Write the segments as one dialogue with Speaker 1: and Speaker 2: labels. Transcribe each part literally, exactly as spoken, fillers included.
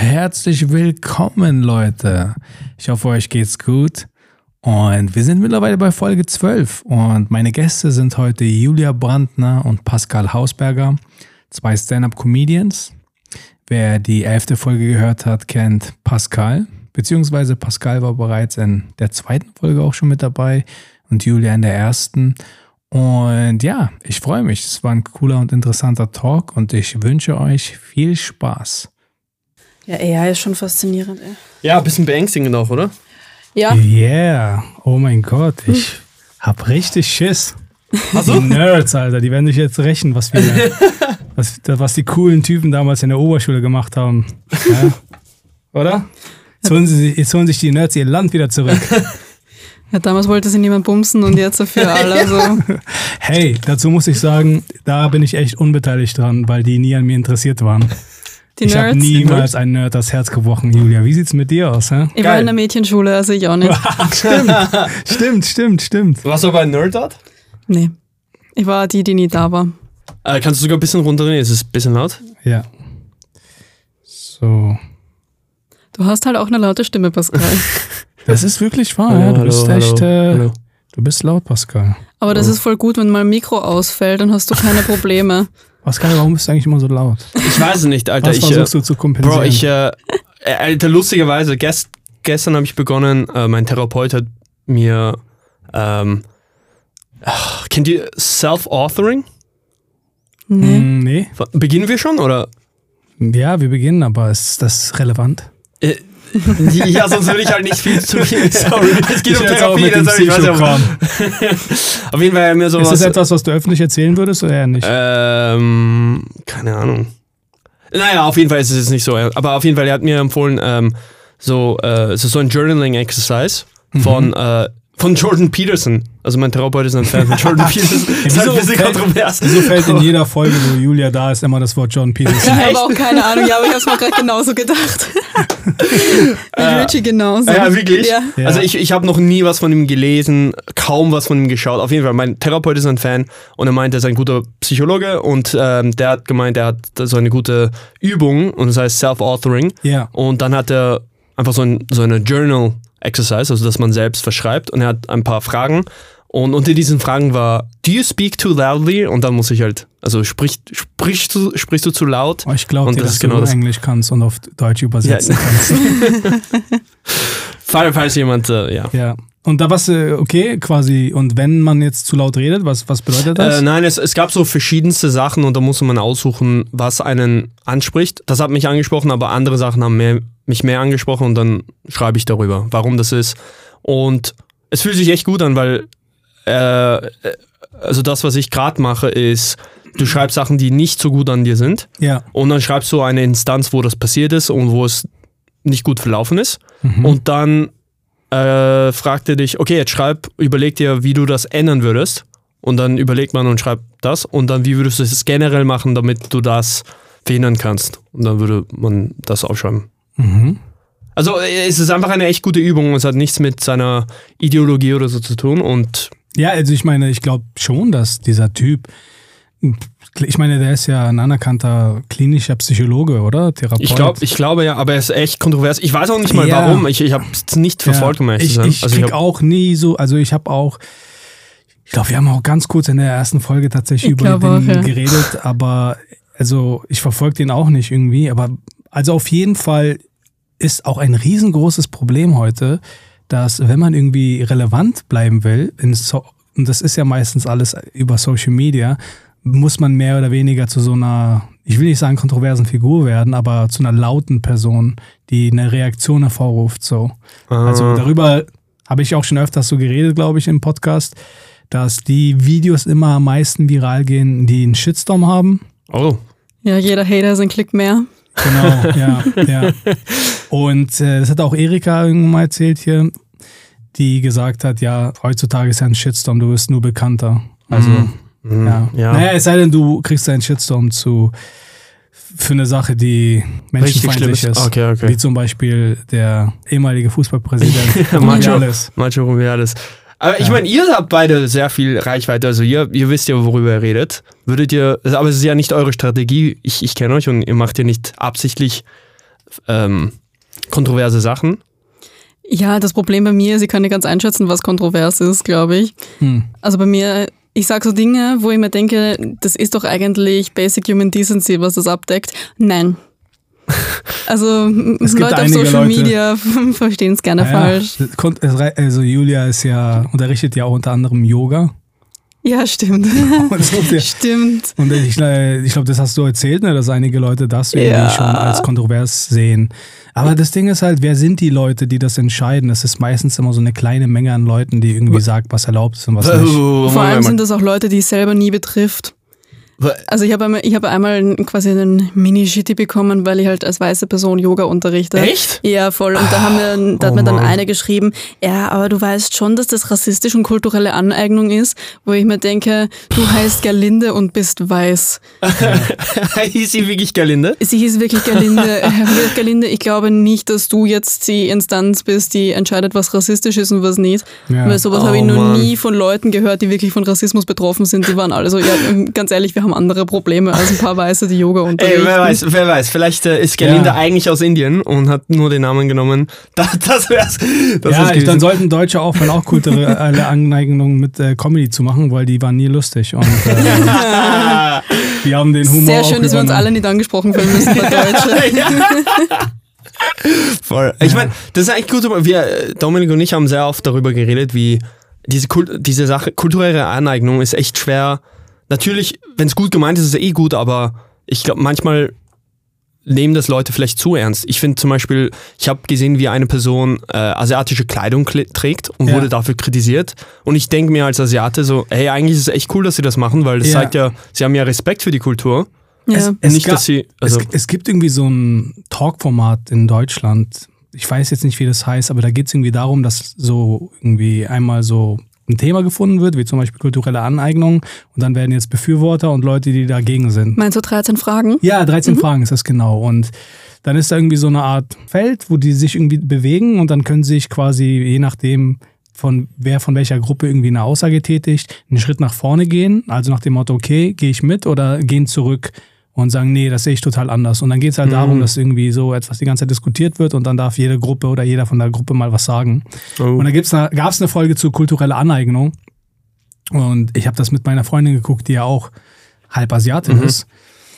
Speaker 1: Herzlich willkommen, Leute. Ich hoffe, euch geht's gut. Und wir sind mittlerweile bei Folge zwölf. Und meine Gäste sind heute Julia Brandner und Pascal Hausberger, zwei Stand-Up-Comedians. Wer die elfte Folge gehört hat, kennt Pascal. Beziehungsweise Pascal war bereits in der zweiten Folge auch schon mit dabei und Julia in der ersten. Und ja, ich freue mich. Es war ein cooler und interessanter Talk und ich wünsche euch viel Spaß.
Speaker 2: Ja, A I ist schon faszinierend, ey.
Speaker 3: Ja, ein bisschen beängstigend auch, oder?
Speaker 2: Ja.
Speaker 1: Yeah, oh mein Gott, ich hm. hab richtig Schiss.
Speaker 3: Ach so?
Speaker 1: Die Nerds, Alter, die werden sich jetzt rächen, was wir, was, was die coolen Typen damals in der Oberschule gemacht haben. Ja? Oder? Jetzt holen, sie, jetzt holen sich die Nerds ihr Land wieder zurück.
Speaker 2: Ja, damals wollte sie niemand bumsen und jetzt für alle so.
Speaker 1: Hey, dazu muss ich sagen, da bin ich echt unbeteiligt dran, weil die nie an mir interessiert waren.
Speaker 2: Die
Speaker 1: ich habe
Speaker 2: Nerds?
Speaker 1: niemals einen Nerd das Herz gebrochen, Julia. Wie sieht's mit dir aus? Hä?
Speaker 2: Ich
Speaker 3: Geil.
Speaker 2: war in der Mädchenschule, also ich auch nicht.
Speaker 1: stimmt, stimmt, stimmt, stimmt.
Speaker 3: Warst du aber ein Nerd dort?
Speaker 2: Nee. Ich war die, die nie da war.
Speaker 3: Äh, kannst du sogar ein bisschen runterdrehen? Ist es ein bisschen laut?
Speaker 1: Ja. So.
Speaker 2: Du hast halt auch eine laute Stimme, Pascal.
Speaker 1: Das ist wirklich wahr,
Speaker 3: Hallo,
Speaker 1: ja. Du
Speaker 3: hallo,
Speaker 1: bist echt,
Speaker 3: hallo,
Speaker 1: äh,
Speaker 3: hallo.
Speaker 1: du bist laut, Pascal.
Speaker 2: Aber das ist voll gut, wenn mal ein Mikro ausfällt, dann hast du keine Probleme.
Speaker 1: Pascal, warum bist du eigentlich immer so laut?
Speaker 3: Ich weiß es nicht, Alter.
Speaker 1: Was
Speaker 3: ich,
Speaker 1: versuchst
Speaker 3: äh,
Speaker 1: du zu kompensieren?
Speaker 3: Bro, ich, äh, Alter, lustigerweise, gest, gestern habe ich begonnen, äh, mein Therapeut hat mir, ähm, ach, kennt ihr Self-Authoring?
Speaker 2: Nee.
Speaker 1: Mm, nee.
Speaker 3: Beginnen wir schon, oder?
Speaker 1: Ja, wir beginnen, aber ist das relevant?
Speaker 3: Äh, ja, sonst würde ich halt nicht viel zu viel. Sorry, es geht
Speaker 1: Ich
Speaker 3: um
Speaker 1: jetzt auch
Speaker 3: Therapie.
Speaker 1: mit dem
Speaker 3: Das ich weiß ja,
Speaker 1: Psychokram.
Speaker 3: auf jeden Fall mir sowas.
Speaker 1: Ist das etwas, was du öffentlich erzählen würdest oder eher nicht?
Speaker 3: Ähm, keine Ahnung. Naja, auf jeden Fall ist es jetzt nicht so. Aber auf jeden Fall, er hat mir empfohlen, ähm, so, äh, es ist so ein Journaling-Exercise von, mhm. äh, von Jordan Peterson. Also mein Therapeut ist ein Fan von Jordan Peterson. Das ist halt ein bisschen kontrovers.
Speaker 1: Wieso fällt in jeder Folge, wo Julia da ist, immer das Wort Jordan Peterson?
Speaker 2: Ich habe auch keine Ahnung, ja, aber ich habe es mir gerade genauso gedacht. Mit Richie genauso.
Speaker 3: Ja, wirklich?
Speaker 2: Ja.
Speaker 1: Ja.
Speaker 3: Also ich, ich habe noch nie was von ihm gelesen, kaum was von ihm geschaut. Auf jeden Fall, mein Therapeut ist ein Fan und er meint, er ist ein guter Psychologe und ähm, der hat gemeint, er hat so eine gute Übung und das heißt Self-Authoring.
Speaker 1: Ja.
Speaker 3: Und dann hat er einfach so, ein, so eine Journal-Exercise, also dass man selbst verschreibt und er hat ein paar Fragen. Und unter diesen Fragen war, do you speak too loudly? Und dann muss ich halt, also sprich, sprichst, du, sprichst du zu laut?
Speaker 1: Oh, ich glaube dir,
Speaker 3: das
Speaker 1: dass
Speaker 3: ist genau
Speaker 1: du
Speaker 3: das.
Speaker 1: Englisch kannst und auf Deutsch übersetzen
Speaker 3: Ja.
Speaker 1: kannst.
Speaker 3: Falls, falls jemand, äh, ja.
Speaker 1: Ja. Und da was, äh, okay, quasi, und wenn man jetzt zu laut redet, was, was bedeutet das?
Speaker 3: Äh, nein, es, es gab so verschiedenste Sachen und da musste man aussuchen, was einen anspricht. Das hat mich angesprochen, aber andere Sachen haben mehr, mich mehr angesprochen und dann schreibe ich darüber, warum das ist. Und es fühlt sich echt gut an, weil äh, also das, was ich gerade mache, ist, du schreibst Sachen, die nicht so gut an dir sind.
Speaker 1: Ja.
Speaker 3: Und dann schreibst du eine Instanz, wo das passiert ist und wo es nicht gut verlaufen ist.
Speaker 1: Mhm.
Speaker 3: Und dann äh, fragt er dich, okay, jetzt schreib, überleg dir, wie du das ändern würdest. Und dann überlegt man und schreibt das. Und dann, wie würdest du es generell machen, damit du das verhindern kannst. Und dann würde man das aufschreiben.
Speaker 1: Mhm.
Speaker 3: Also es ist einfach eine echt gute Übung. Es hat nichts mit seiner Ideologie oder so zu tun. Und
Speaker 1: Ja, also ich meine, ich glaube schon, dass dieser Typ, ich meine, der ist ja ein anerkannter klinischer Psychologe, oder? Therapeut.
Speaker 3: ich glaube, ich glaube ja, aber er ist echt kontrovers. Ich weiß auch nicht mal
Speaker 1: Ja.
Speaker 3: warum. Ich, ich habe es nicht verfolgt, um ehrlich
Speaker 1: ich,
Speaker 3: zu sein.
Speaker 1: ich
Speaker 3: Also
Speaker 1: krieg
Speaker 3: ich hab,
Speaker 1: auch nie so, also ich habe auch, ich glaube, wir haben auch ganz kurz in der ersten Folge tatsächlich
Speaker 2: Ich
Speaker 1: über
Speaker 2: glaube
Speaker 1: den
Speaker 2: auch, ja.
Speaker 1: geredet, aber also ich verfolge den auch nicht irgendwie, aber also auf jeden Fall ist auch ein riesengroßes Problem heute, dass wenn man irgendwie relevant bleiben will, in so, und das ist ja meistens alles über Social Media, muss man mehr oder weniger zu so einer, ich will nicht sagen kontroversen Figur werden, aber zu einer lauten Person, die eine Reaktion hervorruft. So.
Speaker 3: Ah.
Speaker 1: Also darüber habe ich auch schon öfters so geredet, glaube ich, im Podcast, dass die Videos immer am meisten viral gehen, die einen Shitstorm haben.
Speaker 3: oh.
Speaker 2: Ja, jeder Hater ist ein Klick mehr.
Speaker 1: Genau, ja, ja. Und äh, das hat auch Erika irgendwann mal erzählt hier, die gesagt hat, ja, heutzutage ist ja ein Shitstorm, du wirst nur bekannter. Also,
Speaker 3: Mhm.
Speaker 1: ja.
Speaker 3: Ja.
Speaker 1: Naja, es sei denn, du kriegst einen Shitstorm zu für eine Sache, die menschenfeindlich
Speaker 3: schlimm ist.
Speaker 1: ist.
Speaker 3: Okay, okay.
Speaker 1: Wie zum Beispiel der ehemalige Fußballpräsident
Speaker 3: Macho.
Speaker 1: Rubiales.
Speaker 3: Macho Rubiales. Aber ich
Speaker 1: Ja.
Speaker 3: meine, ihr habt beide sehr viel Reichweite, also ihr, ihr wisst ja, worüber ihr redet. Würdet ihr, aber es ist ja nicht eure Strategie, ich, ich kenne euch und ihr macht ja nicht absichtlich ähm, kontroverse Sachen.
Speaker 2: Ja, das Problem bei mir ist, ich kann nicht ganz einschätzen, was kontrovers ist, glaube ich. Hm. Also bei mir, ich sage so Dinge, wo ich mir denke, das ist doch eigentlich Basic Human Decency, was das abdeckt. Nein. Also Leute auf Social Leute, Media verstehen es gerne ja, falsch.
Speaker 1: Also Julia ist ja, unterrichtet ja auch unter anderem Yoga.
Speaker 2: Ja, stimmt.
Speaker 1: Und so, ja.
Speaker 2: Stimmt.
Speaker 1: Und ich, ich glaube, das hast du erzählt, ne, dass einige Leute das irgendwie ja. schon als kontrovers sehen. Aber das Ding ist halt, wer sind die Leute, die das entscheiden? Das ist meistens immer so eine kleine Menge an Leuten, die irgendwie sagt, was erlaubt ist und was nicht.
Speaker 2: Vor allem sind das auch Leute, die es selber nie betrifft. Also ich habe einmal, ich habe einmal quasi einen Mini-Shitty bekommen, weil ich halt als weiße Person Yoga unterrichte.
Speaker 3: Echt?
Speaker 2: Ja, voll. Und da haben wir, da hat oh mir dann Mann. eine geschrieben, ja, aber du weißt schon, dass das rassistisch und kulturelle Aneignung ist, wo ich mir denke, du heißt Gerlinde und bist weiß.
Speaker 3: Hieß sie wirklich Gerlinde?
Speaker 2: Sie hieß wirklich Gerlinde. Gerlinde, ich glaube nicht, dass du jetzt die Instanz bist, die entscheidet, was rassistisch ist und was nicht. Ja. Weil sowas oh habe ich noch Mann. nie von Leuten gehört, die wirklich von Rassismus betroffen sind. Die waren alle so, ja, ganz ehrlich, wir haben andere Probleme als ein paar Weiße, die Yoga unterrichten.
Speaker 3: Ey, wer weiß, wer weiß. Vielleicht äh, ist Gerlinde ja. eigentlich aus Indien und hat nur den Namen genommen. Das, das wär's. Das
Speaker 1: ja, ich, dann sollten Deutsche aufhören, auch kulturelle Aneignungen mit äh, Comedy zu machen, weil die waren nie lustig. Und äh, die haben den Humor
Speaker 2: Sehr schön, dass wir uns alle nicht angesprochen fühlen müssen bei Deutschen.
Speaker 3: Voll. Ich meine, das ist eigentlich gut. Wir, Dominik und ich haben sehr oft darüber geredet, wie diese, Kult, diese Sache, kulturelle Aneignung ist echt schwer. Natürlich, wenn es gut gemeint ist, ist es eh gut, aber ich glaube, manchmal nehmen das Leute vielleicht zu ernst. Ich finde zum Beispiel, ich habe gesehen, wie eine Person äh, asiatische Kleidung kle- trägt und ja. wurde dafür kritisiert. Und ich denke mir als Asiate so, hey, eigentlich ist es echt cool, dass sie das machen, weil das ja. zeigt ja, sie haben ja Respekt für die Kultur.
Speaker 2: Ja.
Speaker 1: Es, es, nicht, dass sie, also es, es gibt irgendwie so ein Talkformat in Deutschland. Ich weiß jetzt nicht, wie das heißt, aber da geht es irgendwie darum, dass so irgendwie einmal so ein Thema gefunden wird, wie zum Beispiel kulturelle Aneignung, und dann werden jetzt Befürworter und Leute, die dagegen sind.
Speaker 2: Meinst du dreizehn Fragen?
Speaker 1: Ja, dreizehn mhm. Fragen ist das genau. Und dann ist da irgendwie so eine Art Feld, wo die sich irgendwie bewegen und dann können sich quasi, je nachdem, von wer von welcher Gruppe irgendwie eine Aussage tätigt, einen Schritt nach vorne gehen, also nach dem Motto, okay, gehe ich mit oder gehen zurück und sagen, nee, das sehe ich total anders. Und dann geht es halt mhm. darum, dass irgendwie so etwas die ganze Zeit diskutiert wird und dann darf jede Gruppe oder jeder von der Gruppe mal was sagen. Oh. Und da gab es eine Folge zu kultureller Aneignung und ich habe das mit meiner Freundin geguckt, die ja auch halb Asiatin mhm. ist.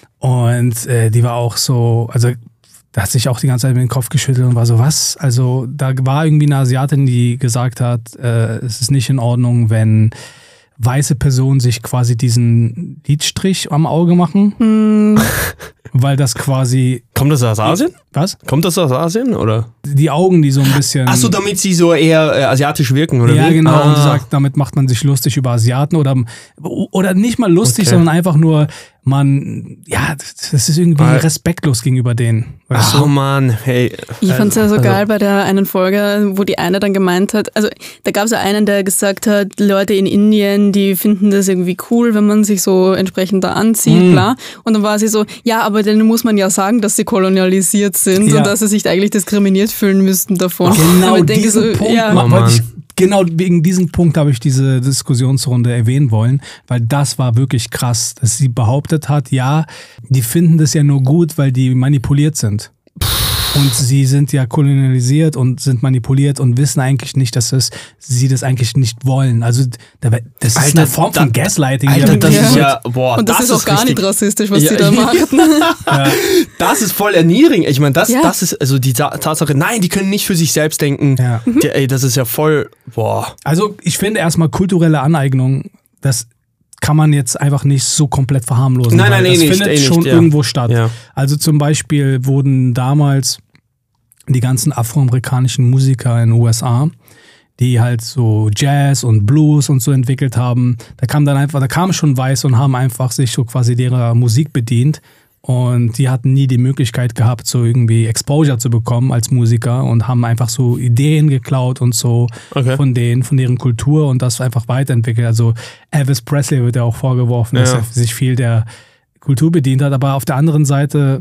Speaker 1: Und äh, die war auch so, also da hat sich auch die ganze Zeit mit dem Kopf geschüttelt und war so, was? Also da war irgendwie eine Asiatin, die gesagt hat, äh, es ist nicht in Ordnung, wenn weiße Personen sich quasi diesen Lidstrich am Auge machen, mm. weil das quasi...
Speaker 3: Kommt das aus Asien?
Speaker 1: Was?
Speaker 3: Kommt das aus Asien, oder?
Speaker 1: Die Augen, die so ein bisschen...
Speaker 3: Ach so, damit sie so eher äh, asiatisch wirken, oder
Speaker 1: ja,
Speaker 3: wie?
Speaker 1: Ja, genau. Ah. Und sagt, damit macht man sich lustig über Asiaten oder, oder nicht mal lustig, okay. sondern einfach nur, man, ja, das ist irgendwie ah. respektlos gegenüber denen.
Speaker 3: Weißt
Speaker 1: du?
Speaker 3: Oh Mann, hey.
Speaker 2: Ich fand's ja so also, geil bei der einen Folge, wo die eine dann gemeint hat, also da gab's ja einen, der gesagt hat, Leute in Indien, die finden das irgendwie cool, wenn man sich so entsprechend da anzieht, mm. bla. Und dann war sie so, ja, aber denen muss man ja sagen, dass sie kolonialisiert sind ja. und dass sie sich eigentlich diskriminiert fühlen müssten davon.
Speaker 1: Genau, diesen so, Punkt, ja. oh, ich, genau wegen diesem Punkt habe ich diese Diskussionsrunde erwähnen wollen, weil das war wirklich krass, dass sie behauptet hat, ja, die finden das ja nur gut, weil die manipuliert sind. Und sie sind ja kolonialisiert und sind manipuliert und wissen eigentlich nicht, dass es, sie das eigentlich nicht wollen. Also das ist Alter, eine Form von da, Gaslighting.
Speaker 3: Alter, das
Speaker 2: ja.
Speaker 3: ist ja, boah,
Speaker 2: und das, das ist auch ist gar richtig, nicht rassistisch, was ja, sie da machen.
Speaker 3: Ja. Das ist voll erniedrigend. Ich meine, das, ja. das ist also die Tatsache, nein, die können nicht für sich selbst denken. Ja. Mhm. Die, ey, das ist ja voll, boah.
Speaker 1: Also ich finde erstmal kulturelle Aneignung, das kann man jetzt einfach nicht so komplett verharmlosen.
Speaker 3: Nein, nein, nein,
Speaker 1: das
Speaker 3: nicht,
Speaker 1: findet
Speaker 3: eh
Speaker 1: schon
Speaker 3: nicht, ja.
Speaker 1: irgendwo statt.
Speaker 3: Ja.
Speaker 1: Also zum Beispiel wurden damals die ganzen afroamerikanischen Musiker in den U S A, die halt so Jazz und Blues und so entwickelt haben, da kam dann einfach, da kamen schon Weiße und haben einfach sich so quasi ihrer Musik bedient und die hatten nie die Möglichkeit gehabt, so irgendwie Exposure zu bekommen als Musiker und haben einfach so Ideen geklaut und so okay. von denen, von deren Kultur und das einfach weiterentwickelt. Also Elvis Presley wird ja auch vorgeworfen, ja. dass er sich viel der Kultur bedient hat, aber auf der anderen Seite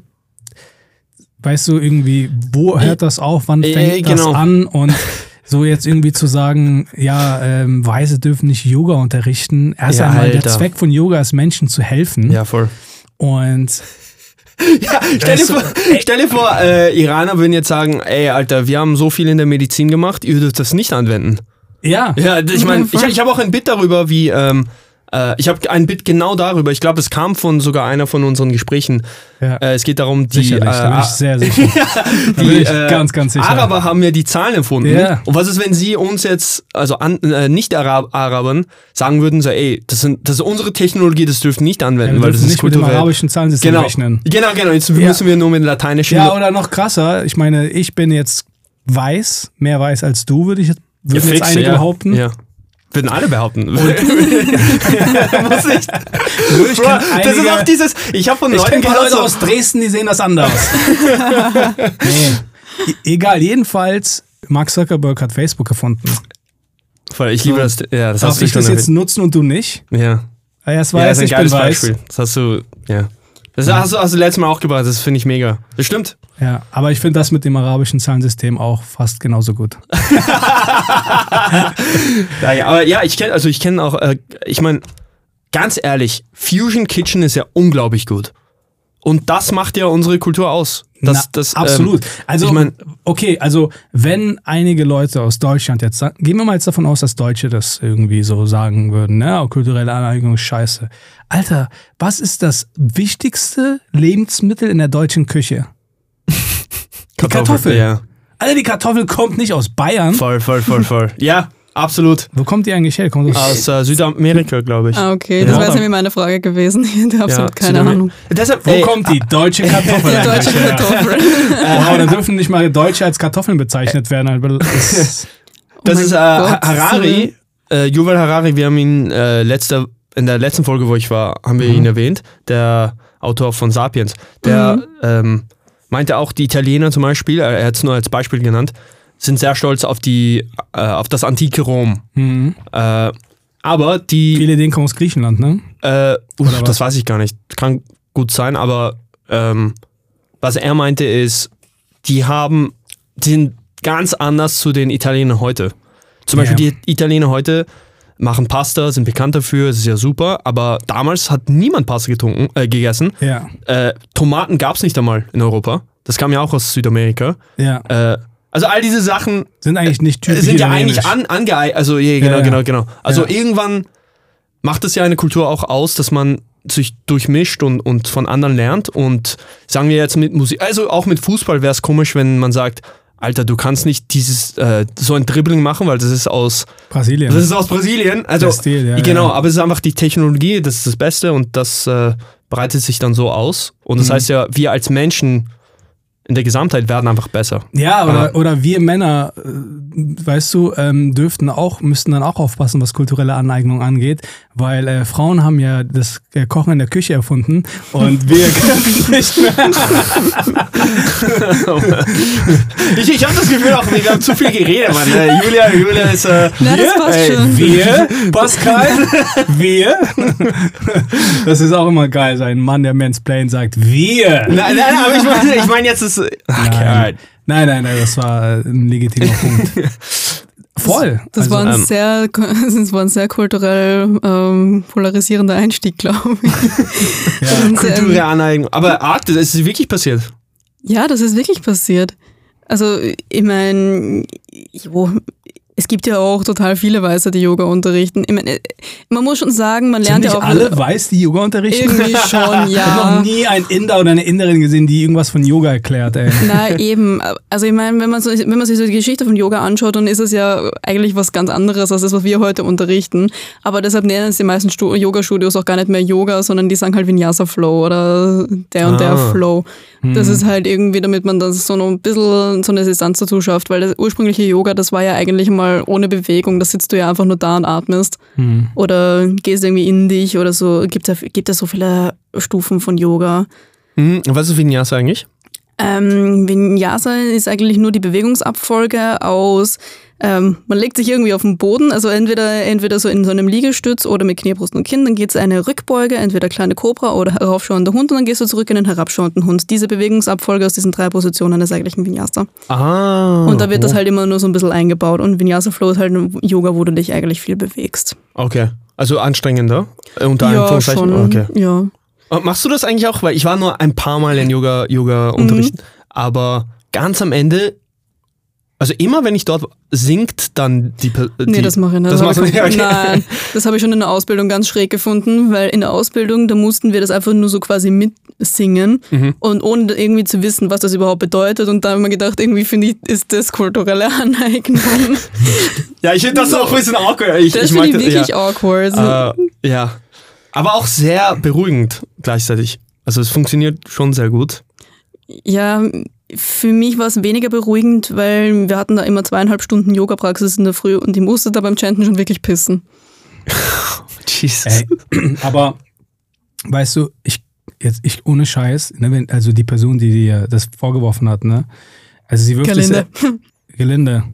Speaker 1: weißt du irgendwie, wo hört das auf, wann fängt äh, genau. das an und so jetzt irgendwie zu sagen, ja, ähm, Weiße dürfen nicht Yoga unterrichten. Erst
Speaker 3: ja,
Speaker 1: einmal,
Speaker 3: Alter.
Speaker 1: der Zweck von Yoga ist, Menschen zu helfen.
Speaker 3: Ja, voll.
Speaker 1: Und
Speaker 3: Ja, stell dir vor, stell dir vor äh, Iraner würden jetzt sagen, ey, Alter, wir haben so viel in der Medizin gemacht, ihr dürft das nicht anwenden.
Speaker 1: Ja.
Speaker 3: Ja, ich meine, ich, ich habe auch ein Bit darüber, wie, ähm, äh, ich habe ein Bit genau darüber, ich glaube, es kam von sogar einer von unseren Gesprächen. Ja. Äh, es geht darum, die,
Speaker 1: Sicherlich,
Speaker 3: äh,
Speaker 1: da bin ich sehr sicher.
Speaker 3: die
Speaker 1: da bin ich
Speaker 3: äh,
Speaker 1: ganz, ganz sicher.
Speaker 3: Araber haben ja die Zahlen erfunden.
Speaker 1: Ja.
Speaker 3: Und was ist, wenn sie uns jetzt, also an, äh, Nicht-Arabern, sagen würden, so, ey, das, sind, das ist unsere Technologie, das dürft ihr nicht anwenden,
Speaker 1: ja,
Speaker 3: weil das ist
Speaker 1: nicht
Speaker 3: kulturell.
Speaker 1: mit dem arabischen Zahlensystem
Speaker 3: genau.
Speaker 1: rechnen.
Speaker 3: Genau, genau, jetzt ja. müssen wir nur mit lateinischen...
Speaker 1: Ja, oder noch krasser, ich meine, ich bin jetzt weiß, mehr weiß als du, würde ich jetzt, würden
Speaker 3: ja,
Speaker 1: jetzt
Speaker 3: fixe,
Speaker 1: einige
Speaker 3: ja.
Speaker 1: behaupten.
Speaker 3: Ja. Würden alle behaupten.
Speaker 1: Muss ich.
Speaker 3: Bro, das ist auch dieses, ich habe von
Speaker 1: ich
Speaker 3: Leuten
Speaker 1: gehört,
Speaker 3: Leute
Speaker 1: so aus Dresden, die sehen das anders. Nee. E- egal, jedenfalls, Mark Zuckerberg hat Facebook erfunden.
Speaker 3: Voll, ich liebe das. Ja, das
Speaker 1: Darf
Speaker 3: hast du
Speaker 1: ich
Speaker 3: schon
Speaker 1: das jetzt
Speaker 3: erwähnt.
Speaker 1: nutzen und du nicht?
Speaker 3: Ja.
Speaker 1: Ah, ja, es
Speaker 3: Ja,
Speaker 1: weiß,
Speaker 3: das ist ein
Speaker 1: ich
Speaker 3: geiles
Speaker 1: bin weiß.
Speaker 3: Beispiel. Das hast du, ja. Das hast du, hast du letztes Mal auch gebracht, das finde ich mega. Das stimmt.
Speaker 1: Ja, aber ich finde das mit dem arabischen Zahlensystem auch fast genauso gut.
Speaker 3: ja, ja, aber ja, ich kenne, also ich kenne auch, äh, ich meine, ganz ehrlich, Fusion Kitchen ist ja unglaublich gut. Und das macht ja unsere Kultur aus. Das,
Speaker 1: Na,
Speaker 3: das,
Speaker 1: absolut.
Speaker 3: Ähm,
Speaker 1: also,
Speaker 3: ich mein,
Speaker 1: okay, also wenn einige Leute aus Deutschland jetzt sagen, gehen wir mal jetzt davon aus, dass Deutsche das irgendwie so sagen würden, ne, kulturelle Aneignung ist scheiße. Alter, was ist das wichtigste Lebensmittel in der deutschen Küche? Die
Speaker 3: Kartoffel.
Speaker 1: Kartoffel.
Speaker 3: Ja.
Speaker 1: Alter, die Kartoffel kommt nicht aus Bayern.
Speaker 3: Voll, voll, voll, voll. Ja, absolut.
Speaker 1: Wo kommt die eigentlich her? Kommt
Speaker 3: aus äh, Südamerika, glaube ich.
Speaker 2: Ah, okay, das
Speaker 3: ja.
Speaker 2: wäre nämlich meine Frage gewesen. Ich habe absolut ja, keine Südamer- Ahnung.
Speaker 3: Deshalb,
Speaker 1: Wo
Speaker 3: ey,
Speaker 1: kommt die deutsche Kartoffel?
Speaker 2: Die deutsche Kartoffel.
Speaker 1: Wow, dann dürfen nicht mal Deutsche als Kartoffeln bezeichnet werden. Das,
Speaker 3: das
Speaker 2: oh
Speaker 3: ist äh,
Speaker 2: Gott,
Speaker 3: Harari, äh, Yuval Harari, wir haben ihn äh, letzte, in der letzten Folge, wo ich war, haben wir mhm. ihn erwähnt, der Autor von Sapiens. Der mhm. ähm, meinte auch, die Italiener zum Beispiel, er hat es nur als Beispiel genannt, sind sehr stolz auf, die, äh, auf das antike Rom.
Speaker 1: Mhm.
Speaker 3: Äh, aber die...
Speaker 1: Viele Ideen kommen aus Griechenland, ne?
Speaker 3: Äh, uff, das weiß ich gar nicht. Kann gut sein, aber ähm, was er meinte ist, die haben, die sind ganz anders zu den Italienern heute. Zum Beispiel yeah. die Italiener heute machen Pasta, sind bekannt dafür, das ist ja super, aber damals hat niemand Pasta getrunken, äh, gegessen.
Speaker 1: Ja.
Speaker 3: Äh, Tomaten gab es nicht einmal in Europa. Das kam ja auch aus Südamerika.
Speaker 1: Ja.
Speaker 3: Äh, also all diese Sachen
Speaker 1: sind eigentlich nicht typisch
Speaker 3: sind ja eigentlich an, angeeignet. Also yeah, genau,
Speaker 1: ja, ja.
Speaker 3: genau, genau. Also
Speaker 1: ja.
Speaker 3: irgendwann macht es ja eine Kultur auch aus, dass man sich durchmischt und, und von anderen lernt. Und sagen wir jetzt mit Musik, also auch mit Fußball wäre es komisch, wenn man sagt, Alter, du kannst nicht dieses äh, so ein Dribbling machen, weil das ist aus
Speaker 1: Brasilien.
Speaker 3: Das ist aus Brasilien. Also
Speaker 1: Stil, ja,
Speaker 3: genau,
Speaker 1: ja.
Speaker 3: aber es ist einfach die Technologie, das ist das Beste und das äh, breitet sich dann so aus. Und das mhm. heißt ja, wir als Menschen in der Gesamtheit werden einfach besser.
Speaker 1: Ja, oder, oder wir Männer, äh, weißt du, ähm, dürften auch, müssten dann auch aufpassen, was kulturelle Aneignung angeht, weil äh, Frauen haben ja das äh, Kochen in der Küche erfunden und wir können nicht mehr.
Speaker 3: ich ich habe das Gefühl auch, wir haben zu viel geredet, Mann. Äh, Julia, Julia ist... Äh,
Speaker 2: Na, das passt
Speaker 3: ey,
Speaker 2: schon.
Speaker 1: Wir, Pascal, wir. Das ist auch immer geil, so ein Mann, der Mansplain sagt, wir.
Speaker 3: Nein, nein, aber ich meine ich mein jetzt ist... Ach,
Speaker 1: nein. nein, nein, nein, das war ein legitimer Punkt. Voll.
Speaker 2: Das, das,
Speaker 1: also,
Speaker 2: war ein
Speaker 3: ähm,
Speaker 2: sehr, das war ein sehr kulturell ähm, polarisierender Einstieg, glaube ich.
Speaker 3: Ja. Kulturelle Aneignung. Aber arg, das ist wirklich passiert.
Speaker 2: Ja, das ist wirklich passiert. Also, ich meine, es gibt ja auch total viele Weiße, die Yoga unterrichten. Ich meine, man muss schon sagen, man lernt
Speaker 1: Sind
Speaker 2: ja auch...
Speaker 1: alle weiß, die Yoga unterrichten?
Speaker 2: Irgendwie schon, ja.
Speaker 1: Ich habe noch nie einen Inder oder eine Inderin gesehen, die irgendwas von Yoga erklärt, ey.
Speaker 2: Na eben, also ich meine, wenn man, so, wenn man sich so die Geschichte von Yoga anschaut, dann ist es ja eigentlich was ganz anderes als das, was wir heute unterrichten. Aber deshalb nennen es die meisten Stu- Yoga-Studios auch gar nicht mehr Yoga, sondern die sagen halt Vinyasa Flow oder der und ah. der Flow. Das hm. ist halt irgendwie, damit man das so noch ein bisschen so eine Distanz dazu schafft, weil das ursprüngliche Yoga, das war ja eigentlich mal ohne Bewegung, da sitzt du ja einfach nur da und atmest hm. oder gehst irgendwie in dich oder so, gibt ja, gibt ja so viele Stufen von Yoga.
Speaker 3: Hm. Was ist Vinyasa eigentlich?
Speaker 2: Ähm, Vinyasa ist eigentlich nur die Bewegungsabfolge aus, ähm, man legt sich irgendwie auf den Boden, also entweder, entweder so in so einem Liegestütz oder mit Knie, Brust und Kinn, dann geht es eine Rückbeuge, entweder kleine Kobra oder heraufschauender Hund und dann gehst du zurück in den herabschauenden Hund. Diese Bewegungsabfolge aus diesen drei Positionen ist eigentlich ein Vinyasa.
Speaker 3: Ah,
Speaker 2: und da wird
Speaker 3: oh. das
Speaker 2: halt immer nur so ein bisschen eingebaut und Vinyasa Flow ist halt ein Yoga, wo du dich eigentlich viel bewegst.
Speaker 3: Okay, also anstrengender? Äh, unter
Speaker 2: ja,
Speaker 3: Anführungszeichen?
Speaker 2: schon,
Speaker 3: okay.
Speaker 2: ja.
Speaker 3: Und machst du das eigentlich auch? Weil ich war nur ein paar Mal in Yoga, Yoga-Unterrichten, mhm. aber ganz am Ende, also immer wenn ich dort singt, dann die... die
Speaker 2: nee, das mache ich nicht.
Speaker 3: Das
Speaker 2: das
Speaker 3: machst du nicht? Okay.
Speaker 2: Nein, das habe ich schon in der Ausbildung ganz schräg gefunden, weil in der Ausbildung, da mussten wir das einfach nur so quasi mitsingen mhm. und ohne irgendwie zu wissen, was das überhaupt bedeutet. Und da habe ich mir gedacht, irgendwie finde ich, ist das kulturelle Aneignung.
Speaker 3: Ja, ich finde das auch ein bisschen awkward. Ich,
Speaker 2: das
Speaker 3: ich
Speaker 2: finde ich
Speaker 3: mag
Speaker 2: wirklich
Speaker 3: ja.
Speaker 2: awkward.
Speaker 3: Uh, ja, aber auch sehr beruhigend gleichzeitig. Also es funktioniert schon sehr gut.
Speaker 2: Ja, für mich war es weniger beruhigend, weil wir hatten da immer zweieinhalb Stunden Yoga-Praxis in der Früh und ich musste da beim Chanten schon wirklich pissen.
Speaker 3: Jesus.
Speaker 1: Ey, aber weißt du, ich jetzt ich ohne Scheiß, ne, wenn, also die Person, die dir das vorgeworfen hat, ne, also sie wirft
Speaker 2: Gelinde.
Speaker 1: es Gelinde.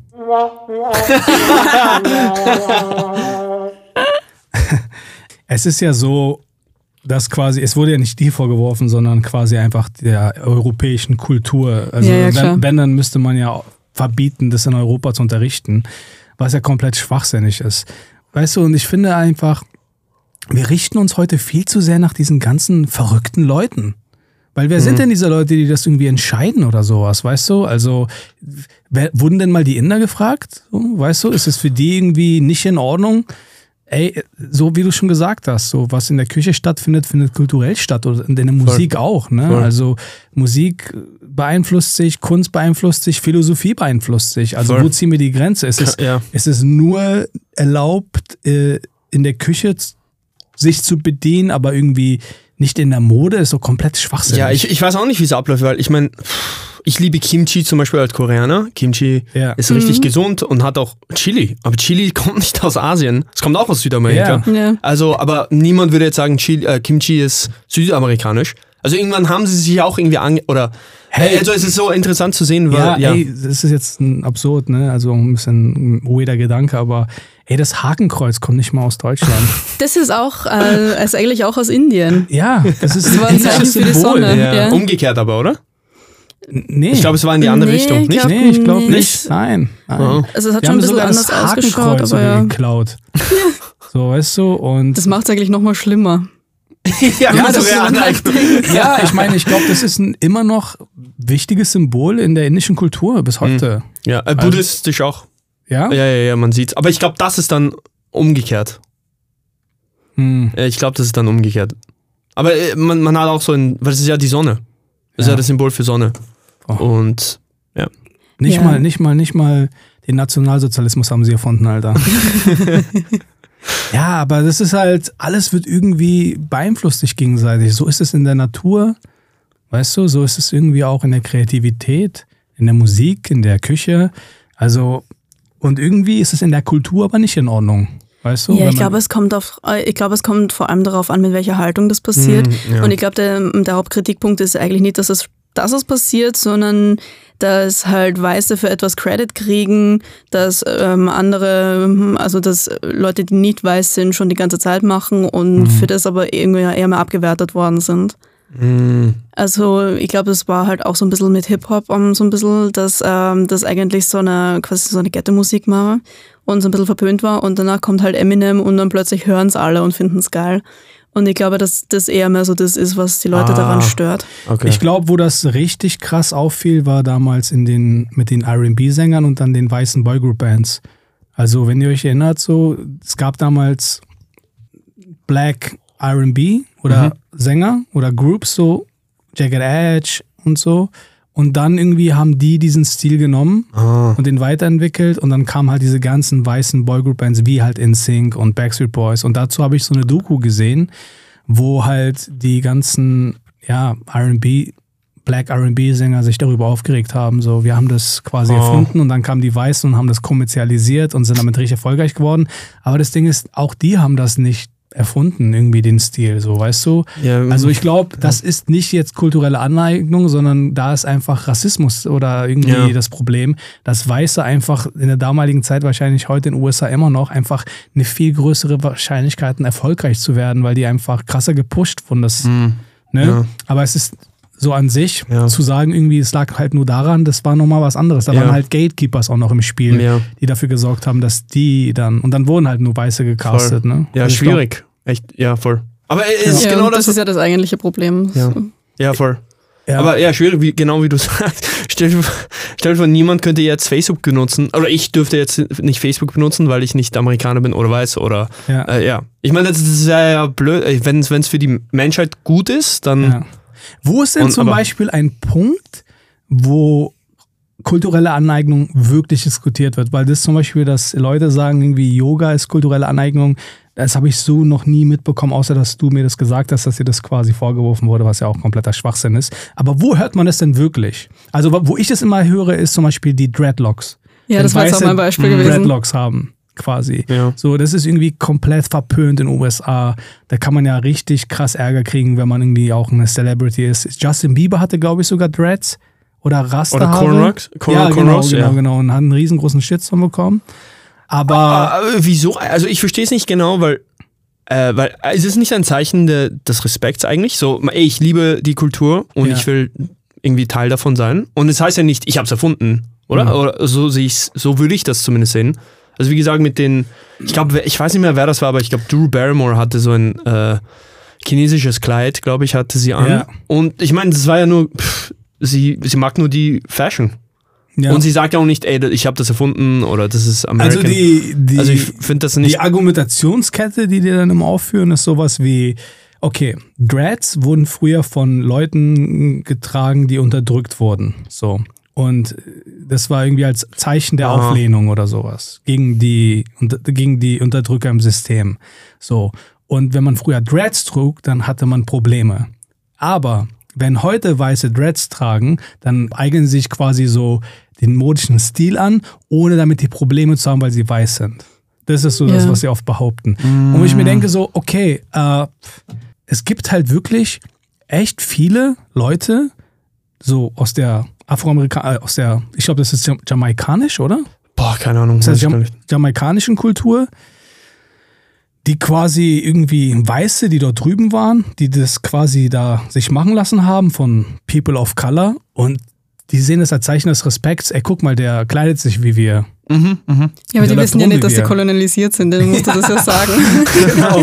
Speaker 1: Es ist ja so, dass quasi, es wurde ja nicht dir vorgeworfen, sondern quasi einfach der europäischen Kultur. Also
Speaker 2: ja, ja,
Speaker 1: wenn, wenn, dann müsste man ja verbieten, das in Europa zu unterrichten, was ja komplett schwachsinnig ist. Weißt du, und ich finde einfach, wir richten uns heute viel zu sehr nach diesen ganzen verrückten Leuten. Weil wer mhm. sind denn diese Leute, die das irgendwie entscheiden oder sowas, weißt du? Also, wer, wurden denn mal die Inder gefragt? So, weißt du, ist es für die irgendwie nicht in Ordnung? Ey, so wie du schon gesagt hast, so was in der Küche stattfindet, findet kulturell statt und in der Musik Voll. Auch, ne? Voll. Also Musik beeinflusst sich, Kunst beeinflusst sich, Philosophie beeinflusst sich. Also Voll. Wo ziehen wir die Grenze? Es ist, ja. es ist nur erlaubt, äh, in der Küche sich zu bedienen, aber irgendwie nicht in der Mode, ist so komplett schwachsinnig.
Speaker 3: Ja, ich, ich weiß auch nicht, wie es abläuft, weil ich meine, ich liebe Kimchi zum Beispiel als Koreaner. Kimchi ja. ist richtig mhm. gesund und hat auch Chili. Aber Chili kommt nicht aus Asien. Es kommt auch aus Südamerika.
Speaker 2: Ja. Ja.
Speaker 3: Also, aber niemand würde jetzt sagen, Chili, äh, Kimchi ist südamerikanisch. Also irgendwann haben sie sich auch irgendwie ange... Oder... Hey, also es ist so interessant zu sehen, weil...
Speaker 1: Ja, ja. Ey, das ist jetzt ein absurd, ne? Also ein bisschen ein weirder Gedanke, aber... Ey, das Hakenkreuz kommt nicht mal aus Deutschland.
Speaker 2: Das ist auch, äh, ist eigentlich auch aus Indien.
Speaker 1: Ja, das ist
Speaker 2: das war ein Zeichen für die Sonne.
Speaker 3: Ja.
Speaker 2: Ja.
Speaker 3: Umgekehrt aber, oder?
Speaker 1: Nee.
Speaker 3: Ich glaube, es war in die andere
Speaker 2: nee,
Speaker 3: Richtung. Nicht?
Speaker 1: Nee, ich glaube nicht.
Speaker 2: nicht.
Speaker 1: Nein. Nein.
Speaker 3: Oh.
Speaker 2: Also es hat
Speaker 1: Wir
Speaker 2: schon ein
Speaker 1: haben
Speaker 2: bisschen anders
Speaker 1: das
Speaker 2: ausgeschaut, aber ja.
Speaker 1: geklaut. So, weißt du, und...
Speaker 2: Das macht es eigentlich nochmal schlimmer.
Speaker 3: ja,
Speaker 1: ja,
Speaker 3: das
Speaker 1: das
Speaker 3: ist
Speaker 1: ja, ich meine, ich glaube, das ist ein immer noch wichtiges Symbol in der indischen Kultur bis heute.
Speaker 3: Ja, äh, buddhistisch auch.
Speaker 1: Ja?
Speaker 3: Ja, ja, ja, man sieht's. Aber ich glaube, das ist dann umgekehrt.
Speaker 1: Hm.
Speaker 3: Ja, ich glaube, das ist dann umgekehrt. Aber äh, man, man hat auch so ein, weil es ist ja die Sonne. Das ist ja, ja das Symbol für Sonne. Oh. Und ja.
Speaker 1: Nicht
Speaker 2: ja.
Speaker 1: mal, nicht mal, nicht mal den Nationalsozialismus haben sie erfunden, Alter. Ja, aber das ist halt, alles wird irgendwie beeinflusst sich gegenseitig. So ist es in der Natur, weißt du, so ist es irgendwie auch in der Kreativität, in der Musik, in der Küche. Also, und irgendwie ist es in der Kultur aber nicht in Ordnung. Weißt du?
Speaker 2: Ja, ich glaube, es kommt auf, ich glaube, es kommt vor allem darauf an, mit welcher Haltung das passiert.
Speaker 3: Mm, ja.
Speaker 2: Und ich glaube, der, der Hauptkritikpunkt ist eigentlich nicht, dass es, dass es passiert, sondern dass halt Weiße für etwas Credit kriegen, dass ähm, andere, also dass Leute, die nicht weiß sind, schon die ganze Zeit machen und mhm. für das aber irgendwie eher mehr abgewertet worden sind.
Speaker 3: Mhm.
Speaker 2: Also ich glaube, das war halt auch so ein bisschen mit Hip-Hop um, so ein bisschen, dass ähm, das eigentlich so eine quasi so eine Ghetto-Musik war und so ein bisschen verpönt war und danach kommt halt Eminem und dann plötzlich hören es alle und finden es geil. Und ich glaube, dass das eher mehr so das ist, was die Leute ah, daran stört.
Speaker 1: Okay. Ich glaube, wo das richtig krass auffiel, war damals in den, mit den R and B-Sängern und dann den weißen Boygroup-Bands. Also wenn ihr euch erinnert, so es gab damals Black R and B oder mhm. Sänger oder Groups, so Jagged Edge und so. Und dann irgendwie haben die diesen Stil genommen ah. und den weiterentwickelt und dann kamen halt diese ganzen weißen Boygroup-Bands wie halt N Sync und Backstreet Boys und dazu habe ich so eine Doku gesehen, wo halt die ganzen ja, R and B, Black R and B-Sänger sich darüber aufgeregt haben, so wir haben das quasi oh. erfunden und dann kamen die Weißen und haben das kommerzialisiert und sind damit richtig erfolgreich geworden, aber das Ding ist, auch die haben das nicht erfunden, irgendwie den Stil, so, weißt du?
Speaker 3: Ja,
Speaker 1: also ich glaube, das ist nicht jetzt kulturelle Aneignung, sondern da ist einfach Rassismus oder irgendwie ja. das Problem, dass Weiße einfach in der damaligen Zeit, wahrscheinlich heute in den U S A immer noch, einfach eine viel größere Wahrscheinlichkeit hatten, erfolgreich zu werden, weil die einfach krasser gepusht wurden. Das,
Speaker 3: mhm.
Speaker 1: ne?
Speaker 3: Ja.
Speaker 1: Aber es ist so an sich,
Speaker 3: ja.
Speaker 1: zu sagen, irgendwie, es lag halt nur daran, das war nochmal was anderes. Da
Speaker 3: ja.
Speaker 1: waren halt Gatekeepers auch noch im Spiel,
Speaker 3: ja.
Speaker 1: die dafür gesorgt haben, dass die dann, und dann wurden halt nur Weiße gecastet.
Speaker 3: Voll.
Speaker 1: Ne?
Speaker 3: Ja,
Speaker 1: also
Speaker 3: schwierig. Glaub, echt, ja, voll. Aber es ist
Speaker 2: ja,
Speaker 3: genau
Speaker 2: das. Das ist ja das eigentliche Problem.
Speaker 3: Ja, ja voll.
Speaker 1: Ja.
Speaker 3: Aber ja, schwierig, wie, genau wie du sagst. Stell dir, stell dir vor, niemand könnte jetzt Facebook benutzen. Oder ich dürfte jetzt nicht Facebook benutzen, weil ich nicht Amerikaner bin oder weiß. Oder
Speaker 1: Ja.
Speaker 3: Äh, ja. Ich meine, das ist ja, ja blöd. Wenn es für die Menschheit gut ist, dann.
Speaker 1: Ja. Wo ist denn
Speaker 3: Und,
Speaker 1: zum
Speaker 3: aber-
Speaker 1: Beispiel ein Punkt, wo kulturelle Aneignung wirklich diskutiert wird? Weil das zum Beispiel, dass Leute sagen, irgendwie Yoga ist kulturelle Aneignung, das habe ich so noch nie mitbekommen, außer dass du mir das gesagt hast, dass dir das quasi vorgeworfen wurde, was ja auch kompletter Schwachsinn ist. Aber wo hört man das denn wirklich? Also wo ich das immer höre, ist zum Beispiel die Dreadlocks.
Speaker 2: Ja,
Speaker 1: Wenn
Speaker 2: das war jetzt auch
Speaker 1: Weiße
Speaker 2: mein Beispiel gewesen.
Speaker 1: Dreadlocks haben, quasi.
Speaker 3: Ja.
Speaker 1: So, das ist irgendwie komplett verpönt in den U S A. Da kann man ja richtig krass Ärger kriegen, wenn man irgendwie auch eine Celebrity ist. Justin Bieber hatte, glaube ich, sogar Dreads oder Rasterhaare.
Speaker 3: Oder Cornrows? Corn-
Speaker 1: Ja, genau,
Speaker 3: Cornrows,
Speaker 1: genau,
Speaker 3: ja.
Speaker 1: genau. Und hat einen riesengroßen Shitstorm bekommen. Aber
Speaker 3: Aber wieso? Also ich verstehe es nicht genau, weil, äh, weil äh, es ist nicht ein Zeichen de, des Respekts eigentlich. So, ey, ich liebe die Kultur und
Speaker 1: Ja.
Speaker 3: ich will irgendwie Teil davon sein. Und es heißt ja nicht, ich habe es erfunden, oder?
Speaker 1: Mhm.
Speaker 3: Oder so sehe ich's, so würde ich das zumindest sehen. Also wie gesagt, mit den, ich glaube, ich weiß nicht mehr, wer das war, aber ich glaube, Drew Barrymore hatte so ein äh, chinesisches Kleid, glaube ich, hatte sie an.
Speaker 1: Ja.
Speaker 3: Und ich meine, das war ja nur, pff, sie, sie mag nur die Fashion.
Speaker 1: ja.
Speaker 3: Und sie sagt ja auch nicht, ey, ich habe das erfunden oder das ist American.
Speaker 1: also die, die,
Speaker 3: Also ich finde das nicht.
Speaker 1: die Argumentationskette, die die dann immer aufführen, ist sowas wie, okay, Dreads wurden früher von Leuten getragen, die unterdrückt wurden. So. Und das war irgendwie als Zeichen der
Speaker 3: Ah.
Speaker 1: Auflehnung oder sowas gegen die, unter- gegen die Unterdrücker im System. So. Und wenn man früher Dreads trug, dann hatte man Probleme. Aber wenn heute Weiße Dreads tragen, dann eignen sie sich quasi so den modischen Stil an, ohne damit die Probleme zu haben, weil sie weiß sind. Das ist so das,
Speaker 2: Ja.
Speaker 1: was sie oft behaupten. Und ich mir denke so, okay, äh, es gibt halt wirklich echt viele Leute, so aus der Afroamerika, äh, aus der, ich glaube, das ist jam- jamaikanisch, oder?
Speaker 3: Boah, keine Ahnung.
Speaker 1: Das
Speaker 3: weiß
Speaker 1: heißt,
Speaker 3: ich gar
Speaker 1: jam
Speaker 3: nicht.
Speaker 1: jamaikanischen Kultur, die quasi irgendwie Weiße, die dort drüben waren, die das quasi da sich machen lassen haben von People of Color und die sehen das als Zeichen des Respekts. Ey, guck mal, der kleidet sich wie wir.
Speaker 3: Mhm, mhm.
Speaker 2: Ja, aber
Speaker 1: Der
Speaker 2: die
Speaker 1: läuft
Speaker 2: wissen ja
Speaker 1: rum
Speaker 2: nicht,
Speaker 1: wie
Speaker 2: dass sie
Speaker 1: wir.
Speaker 2: kolonialisiert sind, dann musst du das ja sagen.
Speaker 1: Genau.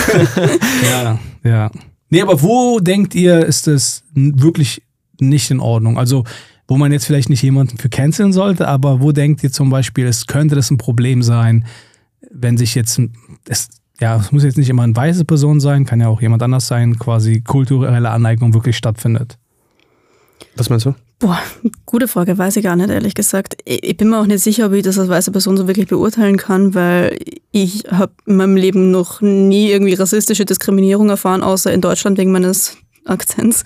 Speaker 1: ja, ja. Nee, aber wo denkt ihr, ist das n- wirklich nicht in Ordnung? Also, wo man jetzt vielleicht nicht jemanden für canceln sollte, aber wo denkt ihr zum Beispiel, es könnte das ein Problem sein, wenn sich jetzt, ein- es, ja, es muss jetzt nicht immer eine weiße Person sein, kann ja auch jemand anders sein, quasi kulturelle Aneignung wirklich stattfindet?
Speaker 3: Was meinst du?
Speaker 2: Boah, gute Frage, weiß ich gar nicht, ehrlich gesagt. Ich ich bin mir auch nicht sicher, ob ich das als weiße Person so wirklich beurteilen kann, weil ich habe in meinem Leben noch nie irgendwie rassistische Diskriminierung erfahren, außer in Deutschland wegen meines Akzents.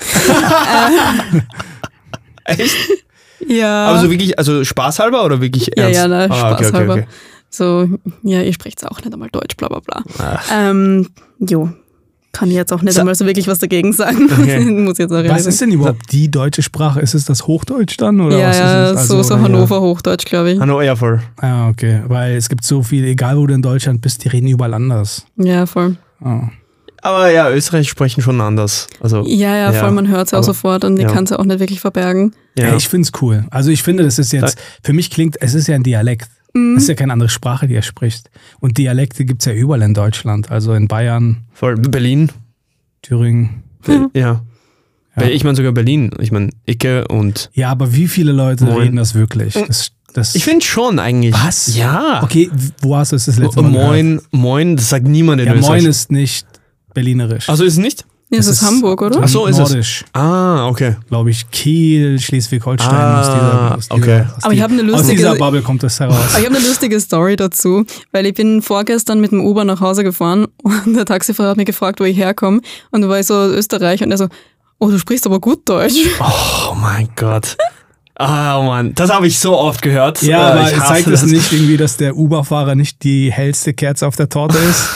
Speaker 3: Echt?
Speaker 2: Ja.
Speaker 3: Aber so wirklich, also spaßhalber oder wirklich
Speaker 2: Ja,
Speaker 3: ernst?
Speaker 2: ja, na,
Speaker 3: Ah, okay, okay,
Speaker 2: spaßhalber.
Speaker 3: okay.
Speaker 2: So, ja, ihr sprecht auch nicht einmal Deutsch, bla bla bla.
Speaker 3: Ach.
Speaker 2: Ähm, jo, kann ich jetzt auch nicht
Speaker 3: Sa-
Speaker 2: einmal so wirklich was dagegen sagen.
Speaker 3: Okay.
Speaker 2: Muss jetzt auch ehrlich
Speaker 1: Was
Speaker 2: sagen.
Speaker 1: ist denn überhaupt die deutsche Sprache? Ist es das Hochdeutsch dann? Oder
Speaker 2: Ja,
Speaker 1: was
Speaker 2: ja,
Speaker 1: ist es?
Speaker 2: so, so
Speaker 1: oder-
Speaker 2: Hannover Hochdeutsch, glaube ich.
Speaker 3: Hanno, ja, voll.
Speaker 1: Ah, okay. Weil es gibt so viel, egal wo du in Deutschland bist, die reden überall anders.
Speaker 2: Ja, voll.
Speaker 1: Oh.
Speaker 3: Aber ja, Österreich sprechen schon anders. Also,
Speaker 2: Ja, ja,
Speaker 3: Ja,
Speaker 2: voll, man hört es ja auch
Speaker 3: aber-
Speaker 2: sofort und ich
Speaker 3: ja.
Speaker 2: kann es ja auch nicht wirklich verbergen.
Speaker 3: ja.
Speaker 1: Ey, ich find's cool. Also ich finde, das ist jetzt, für mich klingt, es ist ja ein Dialekt.
Speaker 2: Mhm.
Speaker 1: Es ist ja keine andere Sprache, die er spricht. Und Dialekte gibt's ja überall in Deutschland. Also in Bayern,
Speaker 3: voll. Berlin.
Speaker 1: Thüringen.
Speaker 2: Mhm.
Speaker 3: Ja.
Speaker 1: Ja.
Speaker 3: Ich meine sogar Berlin. Ich meine Icke und.
Speaker 1: Ja, aber wie viele Leute
Speaker 3: Moin.
Speaker 1: reden das wirklich? Das, das,
Speaker 3: Ich finde schon eigentlich.
Speaker 1: Was?
Speaker 3: Ja.
Speaker 1: Okay, wo hast du es das letzte Mal gehört?
Speaker 3: Moin, Moin, das sagt niemand in
Speaker 1: Ja,
Speaker 3: Österreich.
Speaker 1: Moin ist nicht berlinerisch.
Speaker 3: Also ist es nicht?
Speaker 2: Ja, das
Speaker 1: Das
Speaker 2: ist
Speaker 1: ist-
Speaker 2: Hamburg, oder?
Speaker 3: Ach so, ist es.
Speaker 1: Nordisch,
Speaker 3: Ah, okay.
Speaker 1: glaube ich. Kiel, Schleswig-Holstein.
Speaker 3: Ah,
Speaker 1: aus dieser, aus dieser,
Speaker 3: okay.
Speaker 1: aus
Speaker 2: Aber ich habe eine
Speaker 1: Aus
Speaker 2: lustige,
Speaker 1: dieser Bubble kommt das heraus.
Speaker 2: Aber ich habe eine lustige Story dazu, weil ich bin vorgestern mit dem Uber nach Hause gefahren und der Taxifahrer hat mich gefragt, wo ich herkomme. Und da war ich so aus Österreich und er so, oh, du sprichst aber gut Deutsch.
Speaker 3: Oh mein Gott. Ah, oh Mann. Das habe ich so oft gehört.
Speaker 1: Ja,
Speaker 3: Äh,
Speaker 1: aber
Speaker 3: ich
Speaker 1: es
Speaker 3: hasse
Speaker 1: zeigt es
Speaker 3: das.
Speaker 1: nicht irgendwie, dass der Uber-Fahrer nicht die hellste Kerze auf der Torte ist?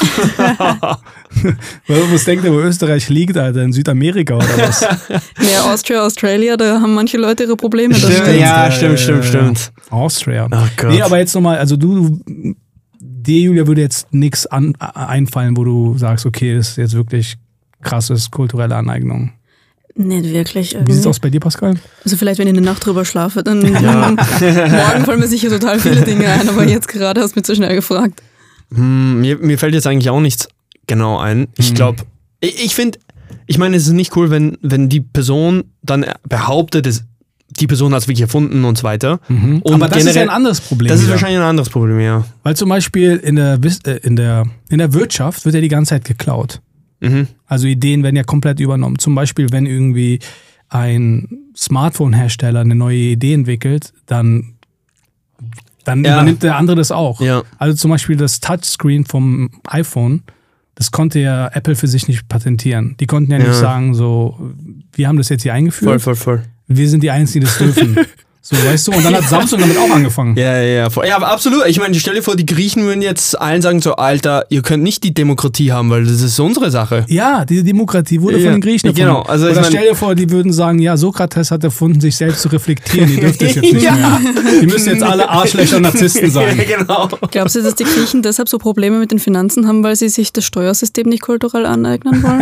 Speaker 1: Weil, was denkt ihr, wo Österreich liegt, Alter? In Südamerika oder was?
Speaker 2: Ja, Austria, Australia, da haben manche Leute ihre Probleme. Das
Speaker 3: Stimmt,
Speaker 2: stimmt.
Speaker 3: ja,
Speaker 1: Ja,
Speaker 3: stimmt,
Speaker 1: ja,
Speaker 3: stimmt,
Speaker 1: ja.
Speaker 3: stimmt.
Speaker 1: Austria.
Speaker 3: Oh Gott.
Speaker 1: Nee, aber jetzt nochmal, also du, dir, Julia, würde jetzt nichts an, einfallen, wo du sagst, okay, das ist jetzt wirklich krasses kulturelle Aneignung.
Speaker 2: Nicht wirklich.
Speaker 1: Wie
Speaker 2: Irgendwie.
Speaker 1: sieht's aus bei dir, Pascal?
Speaker 2: Also vielleicht, wenn ich eine Nacht drüber schlafe, dann
Speaker 3: Ja.
Speaker 2: morgen fallen mir sicher total viele Dinge ein, aber jetzt gerade hast du mich zu schnell gefragt.
Speaker 3: Hm, mir, mir fällt jetzt eigentlich auch nichts genau ein. Ich
Speaker 1: Hm.
Speaker 3: glaube, Ich, ich finde, ich meine, es ist nicht cool, wenn, wenn die Person dann behauptet, dass die Person hat es wirklich erfunden und so weiter.
Speaker 1: Mhm.
Speaker 3: Und
Speaker 1: aber das
Speaker 3: generell,
Speaker 1: ist ja ein anderes Problem.
Speaker 3: Das ist
Speaker 1: wieder.
Speaker 3: wahrscheinlich ein anderes Problem, ja.
Speaker 1: Weil zum Beispiel in der, Wis- äh, in der, in der Wirtschaft wird ja die ganze Zeit geklaut.
Speaker 3: Mhm.
Speaker 1: Also Ideen werden ja komplett übernommen. Zum Beispiel, wenn irgendwie ein Smartphone-Hersteller eine neue Idee entwickelt, dann, dann
Speaker 3: Ja.
Speaker 1: übernimmt der andere das auch.
Speaker 3: Ja.
Speaker 1: Also zum Beispiel das Touchscreen vom iPhone, das konnte ja Apple für sich nicht patentieren. Die konnten ja nicht
Speaker 3: Ja.
Speaker 1: sagen, so, wir haben das jetzt hier eingeführt,
Speaker 3: Voll, voll, voll.
Speaker 1: wir sind die Einzigen, die das dürfen. So, weißt du? Und dann hat Samsung damit auch angefangen.
Speaker 3: Ja, ja, ja. voll. Ja, aber absolut. Ich meine, stell dir vor, die Griechen würden jetzt allen sagen, so, Alter, ihr könnt nicht die Demokratie haben, weil das ist unsere Sache.
Speaker 1: Ja, die Demokratie wurde
Speaker 3: Ja,
Speaker 1: von den Griechen erfunden.
Speaker 3: genau. Also ich
Speaker 1: Oder
Speaker 3: mein-
Speaker 1: stell dir vor, die würden sagen, ja, Sokrates hat erfunden, sich selbst zu reflektieren. Ihr dürft das jetzt nicht
Speaker 3: Ja.
Speaker 1: mehr. Die müssen jetzt alle Arschlöcher und Narzissten sein.
Speaker 3: Ja, genau.
Speaker 2: Glaubst du, dass die Griechen deshalb so Probleme mit den Finanzen haben, weil sie sich das Steuersystem nicht kulturell aneignen wollen?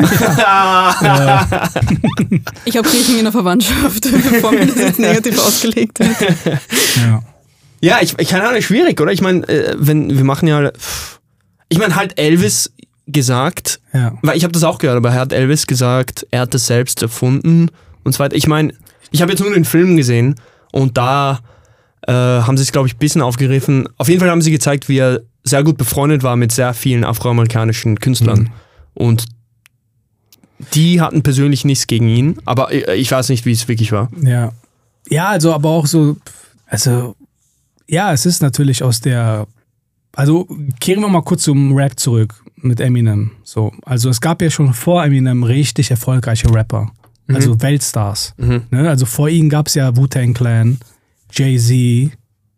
Speaker 2: Ich habe Griechen in der Verwandtschaft, bevor mir das jetzt negativ ausgelegt wird.
Speaker 1: Ja.
Speaker 3: Ja, ich, ich keine Ahnung, schwierig, oder? Ich meine, äh, wenn wir machen ja, ich meine, halt Elvis gesagt,
Speaker 1: Ja.
Speaker 3: weil ich habe das auch gehört, aber er hat Elvis gesagt, er hat das selbst erfunden und so weiter. Ich meine, ich habe jetzt nur den Film gesehen und da äh, haben sie es, glaube ich, ein bisschen aufgegriffen. Auf jeden Fall haben sie gezeigt, wie er sehr gut befreundet war mit sehr vielen afroamerikanischen Künstlern.
Speaker 1: Mhm.
Speaker 3: Und die hatten persönlich nichts gegen ihn, aber ich, ich weiß nicht, wie es wirklich war.
Speaker 1: Ja. Ja, also aber auch so, also, ja, es ist natürlich aus der, also kehren wir mal kurz zum Rap zurück mit Eminem. So, also es gab ja schon vor Eminem richtig erfolgreiche Rapper, also
Speaker 3: Mhm.
Speaker 1: Weltstars.
Speaker 3: Mhm.
Speaker 1: Ne? Also vor ihnen gab es ja Wu-Tang Clan, Jay-Z,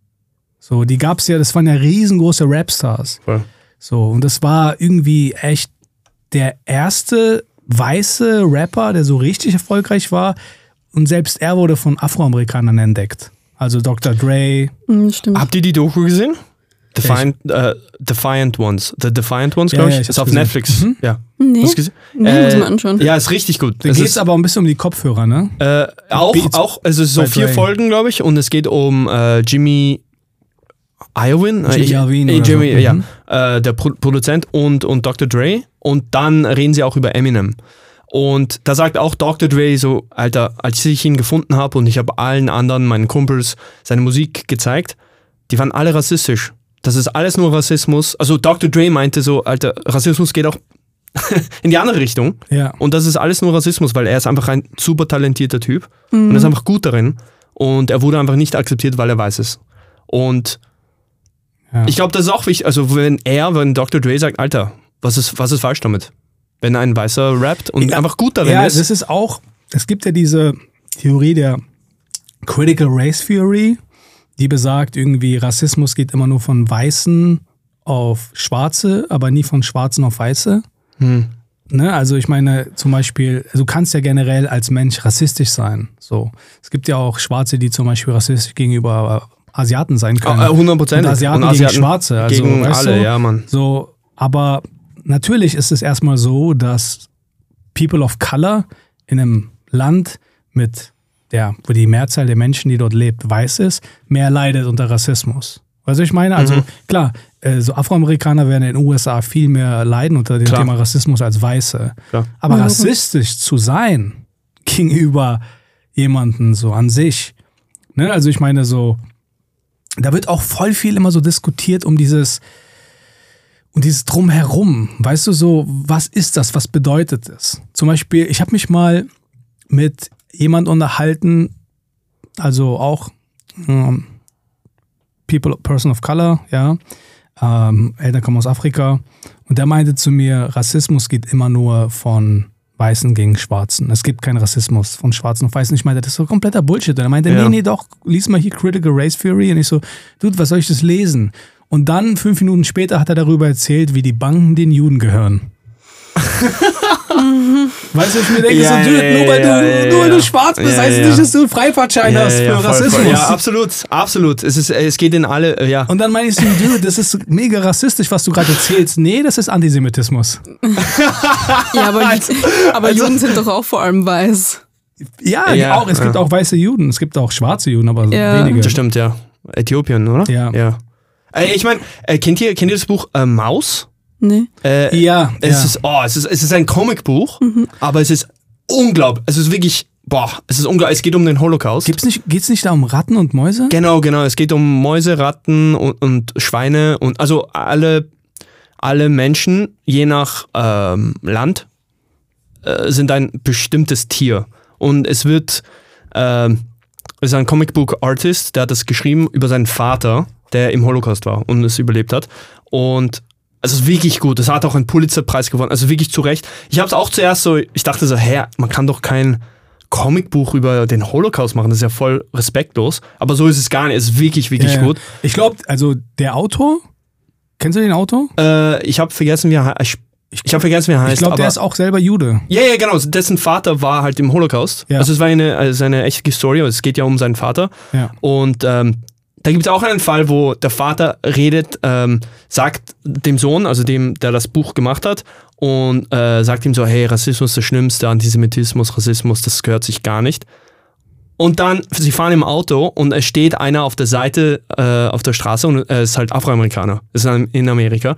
Speaker 1: so, die gab es ja, das waren ja riesengroße Rapstars.
Speaker 3: Voll.
Speaker 1: So, und das war irgendwie echt der erste weiße Rapper, der so richtig erfolgreich war. Und selbst er wurde von Afroamerikanern entdeckt. Also Doktor Dre.
Speaker 2: Hm, stimmt.
Speaker 3: Habt ihr die Doku gesehen? Defiant, äh, Defiant Ones. The Defiant Ones,
Speaker 1: Ja,
Speaker 3: glaube ich.
Speaker 1: ja, ich
Speaker 3: ist
Speaker 1: hab's
Speaker 3: auf
Speaker 1: gesehen.
Speaker 3: Netflix.
Speaker 1: Mhm.
Speaker 3: Ja.
Speaker 2: Nee,
Speaker 3: Hast du gesehen?
Speaker 2: nee muss man anschauen.
Speaker 3: Ja, ist richtig gut.
Speaker 1: Da
Speaker 3: Es
Speaker 1: geht es
Speaker 3: ist,
Speaker 1: aber ein bisschen um die Kopfhörer, ne?
Speaker 3: äh, auch,
Speaker 1: Beats
Speaker 3: auch, also es ist so
Speaker 1: bei
Speaker 3: vier
Speaker 1: Dre.
Speaker 3: Folgen, glaube ich, und es geht um äh, Jimmy Iovine. Äh,
Speaker 1: Jimmy
Speaker 3: ich-
Speaker 1: Iovine
Speaker 3: äh,
Speaker 1: oder
Speaker 3: Jimmy,
Speaker 1: so.
Speaker 3: ja,
Speaker 1: Mhm.
Speaker 3: äh, der Pro Produzent und, und Doktor Dre. Und dann reden sie auch über Eminem. Und da sagt auch Doktor Dre so, Alter, als ich ihn gefunden habe und ich habe allen anderen, meinen Kumpels, seine Musik gezeigt, die waren alle rassistisch. Das ist alles nur Rassismus. Also Doktor Dre meinte so, Alter, Rassismus geht auch in die andere Richtung.
Speaker 1: Ja.
Speaker 3: Und das ist alles nur Rassismus, weil er ist einfach ein super talentierter Typ und ist einfach gut darin. Und er wurde einfach nicht akzeptiert, weil er weiß ist. Und
Speaker 1: Ja.
Speaker 3: ich glaube, das ist auch wichtig. Also wenn er, wenn Doktor Dre sagt, Alter, was ist, was ist falsch damit? Wenn ein Weißer rappt und
Speaker 1: Ja.
Speaker 3: einfach gut darin
Speaker 1: Ja,
Speaker 3: ist.
Speaker 1: das ist auch, es gibt ja diese Theorie der Critical Race Theory, die besagt, irgendwie Rassismus geht immer nur von Weißen auf Schwarze, aber nie von Schwarzen auf Weiße.
Speaker 3: Hm.
Speaker 1: Ne? Also ich meine zum Beispiel, du kannst ja generell als Mensch rassistisch sein. So, es gibt ja auch Schwarze, die zum Beispiel rassistisch gegenüber Asiaten sein können.
Speaker 3: Ah, hundert Prozent.
Speaker 1: Und Asiaten gegen Schwarze. Also,
Speaker 3: gegen
Speaker 1: weißt
Speaker 3: alle,
Speaker 1: du,
Speaker 3: ja, Mann.
Speaker 1: So, aber natürlich ist es erstmal so, dass People of Color in einem Land mit der, wo die Mehrzahl der Menschen, die dort lebt, weiß ist, mehr leidet unter Rassismus. Weißt du, ich meine? Also
Speaker 3: Mhm.
Speaker 1: klar, äh, so Afroamerikaner werden in den U S A viel mehr leiden unter dem
Speaker 3: Klar.
Speaker 1: Thema Rassismus als Weiße.
Speaker 3: Klar.
Speaker 1: Aber
Speaker 2: Ja,
Speaker 1: rassistisch zu sein gegenüber jemanden so an sich, ne? Also ich meine so, da wird auch voll viel immer so diskutiert um dieses, um dieses Drumherum. Weißt du so, was ist das, was bedeutet es? Zum Beispiel, ich habe mich mal mit jemand unterhalten, also auch ähm, People, Person of Color, ja, ähm, Eltern kommen aus Afrika, und der meinte zu mir, Rassismus geht immer nur von Weißen gegen Schwarzen. Es gibt keinen Rassismus von Schwarzen und Weißen. Ich meinte, das ist so kompletter Bullshit. Und er meinte,
Speaker 3: Ja.
Speaker 1: nee, nee, doch, lies mal hier Critical Race Theory. Und ich so, Dude, was soll ich das lesen? Und dann, fünf Minuten später, hat er darüber erzählt, wie die Banken den Juden gehören. Weißt du, ich mir denke,
Speaker 3: Ja,
Speaker 1: so, Dude,
Speaker 3: ja,
Speaker 1: nur weil du,
Speaker 3: ja, ja,
Speaker 1: nur weil du
Speaker 3: ja.
Speaker 1: schwarz bist,
Speaker 3: Ja,
Speaker 1: heißt
Speaker 3: ja.
Speaker 1: nicht, dass du einen Freifahrtschein hast für
Speaker 3: voll,
Speaker 1: Rassismus.
Speaker 3: voll. Ja, absolut, absolut. Es, ist, es geht in alle, äh, ja.
Speaker 1: Und dann meine ich so, Dude, das ist mega rassistisch, was du gerade erzählst. Nee, das ist Antisemitismus.
Speaker 2: Ja, aber,
Speaker 3: Also-
Speaker 2: aber Juden sind doch auch vor allem weiß.
Speaker 1: Ja,
Speaker 3: Ja,
Speaker 1: auch, es gibt
Speaker 3: ja.
Speaker 1: auch weiße Juden, es gibt auch schwarze Juden, aber
Speaker 2: Ja.
Speaker 1: wenige.
Speaker 3: Das stimmt, ja. Äthiopien, oder?
Speaker 1: Ja.
Speaker 3: ja. Äh, ich meine, äh, kennt, ihr, kennt ihr das Buch äh, Maus?
Speaker 2: Nee.
Speaker 3: Äh,
Speaker 1: Ja,
Speaker 3: Es,
Speaker 1: ja.
Speaker 3: Ist, oh, es, ist, es ist ein Comicbuch,
Speaker 2: Mhm.
Speaker 3: aber es ist unglaublich. Es ist wirklich, boah, es ist unglaublich. Es geht um den Holocaust.
Speaker 1: Gibt's nicht, geht's nicht da um Ratten und Mäuse?
Speaker 3: Genau, genau. Es geht um Mäuse, Ratten und, und Schweine und also alle, alle Menschen, je nach ähm, Land, äh, sind ein bestimmtes Tier. Und es wird, ähm, es ist ein Comicbook-Artist, der hat das geschrieben über seinen Vater, der im Holocaust war und es überlebt hat. Und es ist wirklich gut. Es hat auch einen Pulitzer-Preis gewonnen. Also wirklich zu Recht. Ich habe es auch zuerst so, ich dachte so, hä, man kann doch kein Comicbuch über den Holocaust machen. Das ist ja voll respektlos. Aber so ist es gar nicht. Es ist wirklich, wirklich
Speaker 1: Ja, ja.
Speaker 3: gut.
Speaker 1: Ich glaube, also der Autor, kennst du den Autor?
Speaker 3: Äh, ich habe vergessen, wie er heißt. Ich, ich habe vergessen, wie er heißt.
Speaker 1: Ich glaube, der
Speaker 3: aber-
Speaker 1: ist auch selber Jude.
Speaker 3: Ja, ja, genau. Dessen Vater war halt im Holocaust.
Speaker 1: Ja.
Speaker 3: Also es war eine, also eine echte Story. Es geht ja um seinen Vater.
Speaker 1: Ja.
Speaker 3: Und ähm, da gibt es auch einen Fall, wo der Vater redet, ähm, sagt dem Sohn, also dem, der das Buch gemacht hat, und äh, sagt ihm so, hey, Rassismus ist das Schlimmste, Antisemitismus, Rassismus, das gehört sich gar nicht. Und dann, sie fahren im Auto und es steht einer auf der Seite, äh, auf der Straße und er ist halt Afroamerikaner, das ist in Amerika.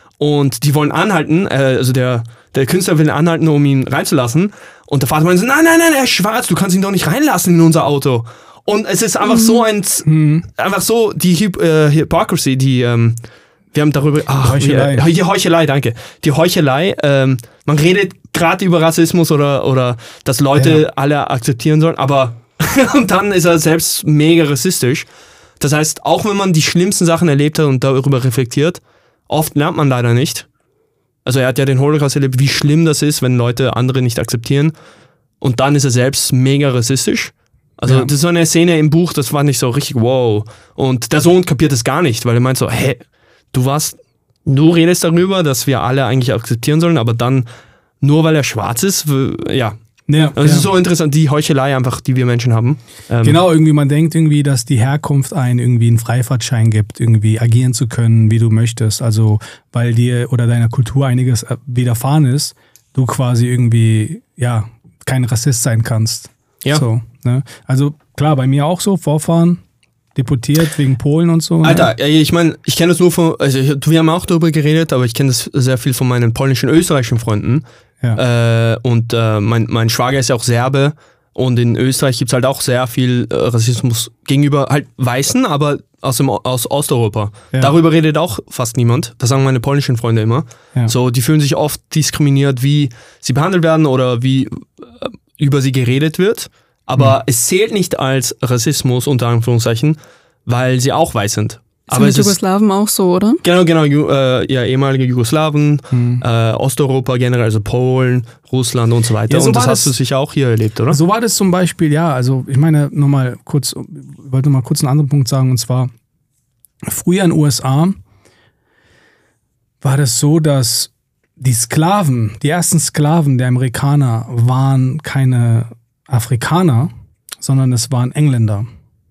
Speaker 3: Und die wollen anhalten, äh, also der, der Künstler will anhalten, um ihn reinzulassen. Und der Vater meint so, nein, nein, nein, er ist schwarz, du kannst ihn doch nicht reinlassen in unser Auto. Und es ist einfach so ein,
Speaker 1: Mhm.
Speaker 3: einfach so die Hyp äh, Hypocrisy, die, ähm, wir haben darüber, ach,
Speaker 1: Heuchelei.
Speaker 3: Wie, die Heuchelei, danke. Die Heuchelei, ähm, man redet gerade über Rassismus oder, oder dass Leute
Speaker 1: Ja.
Speaker 3: alle akzeptieren sollen, aber und dann ist er selbst mega rassistisch. Das heißt, auch wenn man die schlimmsten Sachen erlebt hat und darüber reflektiert, oft lernt man leider nicht. Also er hat ja den Holocaust erlebt, wie schlimm das ist, wenn Leute andere nicht akzeptieren. Und dann ist er selbst mega rassistisch. Also
Speaker 1: Ja.
Speaker 3: das ist so eine Szene im Buch, das war nicht so richtig wow. Und der Sohn kapiert es gar nicht, weil er meint so, hä, du warst, du redest darüber, dass wir alle eigentlich akzeptieren sollen, aber dann, nur weil er schwarz ist, w- ja.
Speaker 1: Ja,
Speaker 3: Das
Speaker 1: ja.
Speaker 3: ist so interessant, die Heuchelei einfach, die wir Menschen haben. Ähm,
Speaker 1: Genau, irgendwie, man denkt irgendwie, dass die Herkunft einen irgendwie einen Freifahrtschein gibt, irgendwie agieren zu können, wie du möchtest. Also, weil dir oder deiner Kultur einiges äh, widerfahren ist, du quasi irgendwie, ja, kein Rassist sein kannst.
Speaker 3: Ja.
Speaker 1: So, ne? Also, klar, bei mir auch so, Vorfahren, deportiert wegen Polen und so.
Speaker 3: Alter, ja, ich meine, ich kenne das nur von, also ich, wir haben auch darüber geredet, aber ich kenne das sehr viel von meinen polnischen, österreichischen Freunden.
Speaker 1: Ja.
Speaker 3: Äh, und äh, mein, mein Schwager ist ja auch Serbe und in Österreich gibt es halt auch sehr viel äh, Rassismus gegenüber halt Weißen, aber aus, dem, aus Osteuropa.
Speaker 1: Ja.
Speaker 3: Darüber redet auch fast niemand. Das sagen meine polnischen Freunde immer.
Speaker 1: Ja.
Speaker 3: So, die fühlen sich oft diskriminiert, wie sie behandelt werden oder wie äh, über sie geredet wird. Aber
Speaker 1: Mhm.
Speaker 3: es zählt nicht als Rassismus, unter Anführungszeichen, weil sie auch weiß sind.
Speaker 2: Ist
Speaker 3: Aber
Speaker 2: mit
Speaker 3: es ist,
Speaker 2: Jugoslawen auch so, oder?
Speaker 3: genau, genau, Ju, äh, ja, ehemalige Jugoslawen,
Speaker 1: Mhm.
Speaker 3: äh, Osteuropa generell, also Polen, Russland und so weiter.
Speaker 1: Ja, so
Speaker 3: und das
Speaker 1: war
Speaker 3: hast
Speaker 1: das-
Speaker 3: du sicher auch hier erlebt, oder?
Speaker 1: So war das zum Beispiel, ja. Also ich meine, nur mal kurz, ich wollte noch mal kurz einen anderen Punkt sagen, und zwar früher in den U S A war das so, dass die Sklaven, die ersten Sklaven der Amerikaner waren keine Afrikaner, sondern es waren Engländer.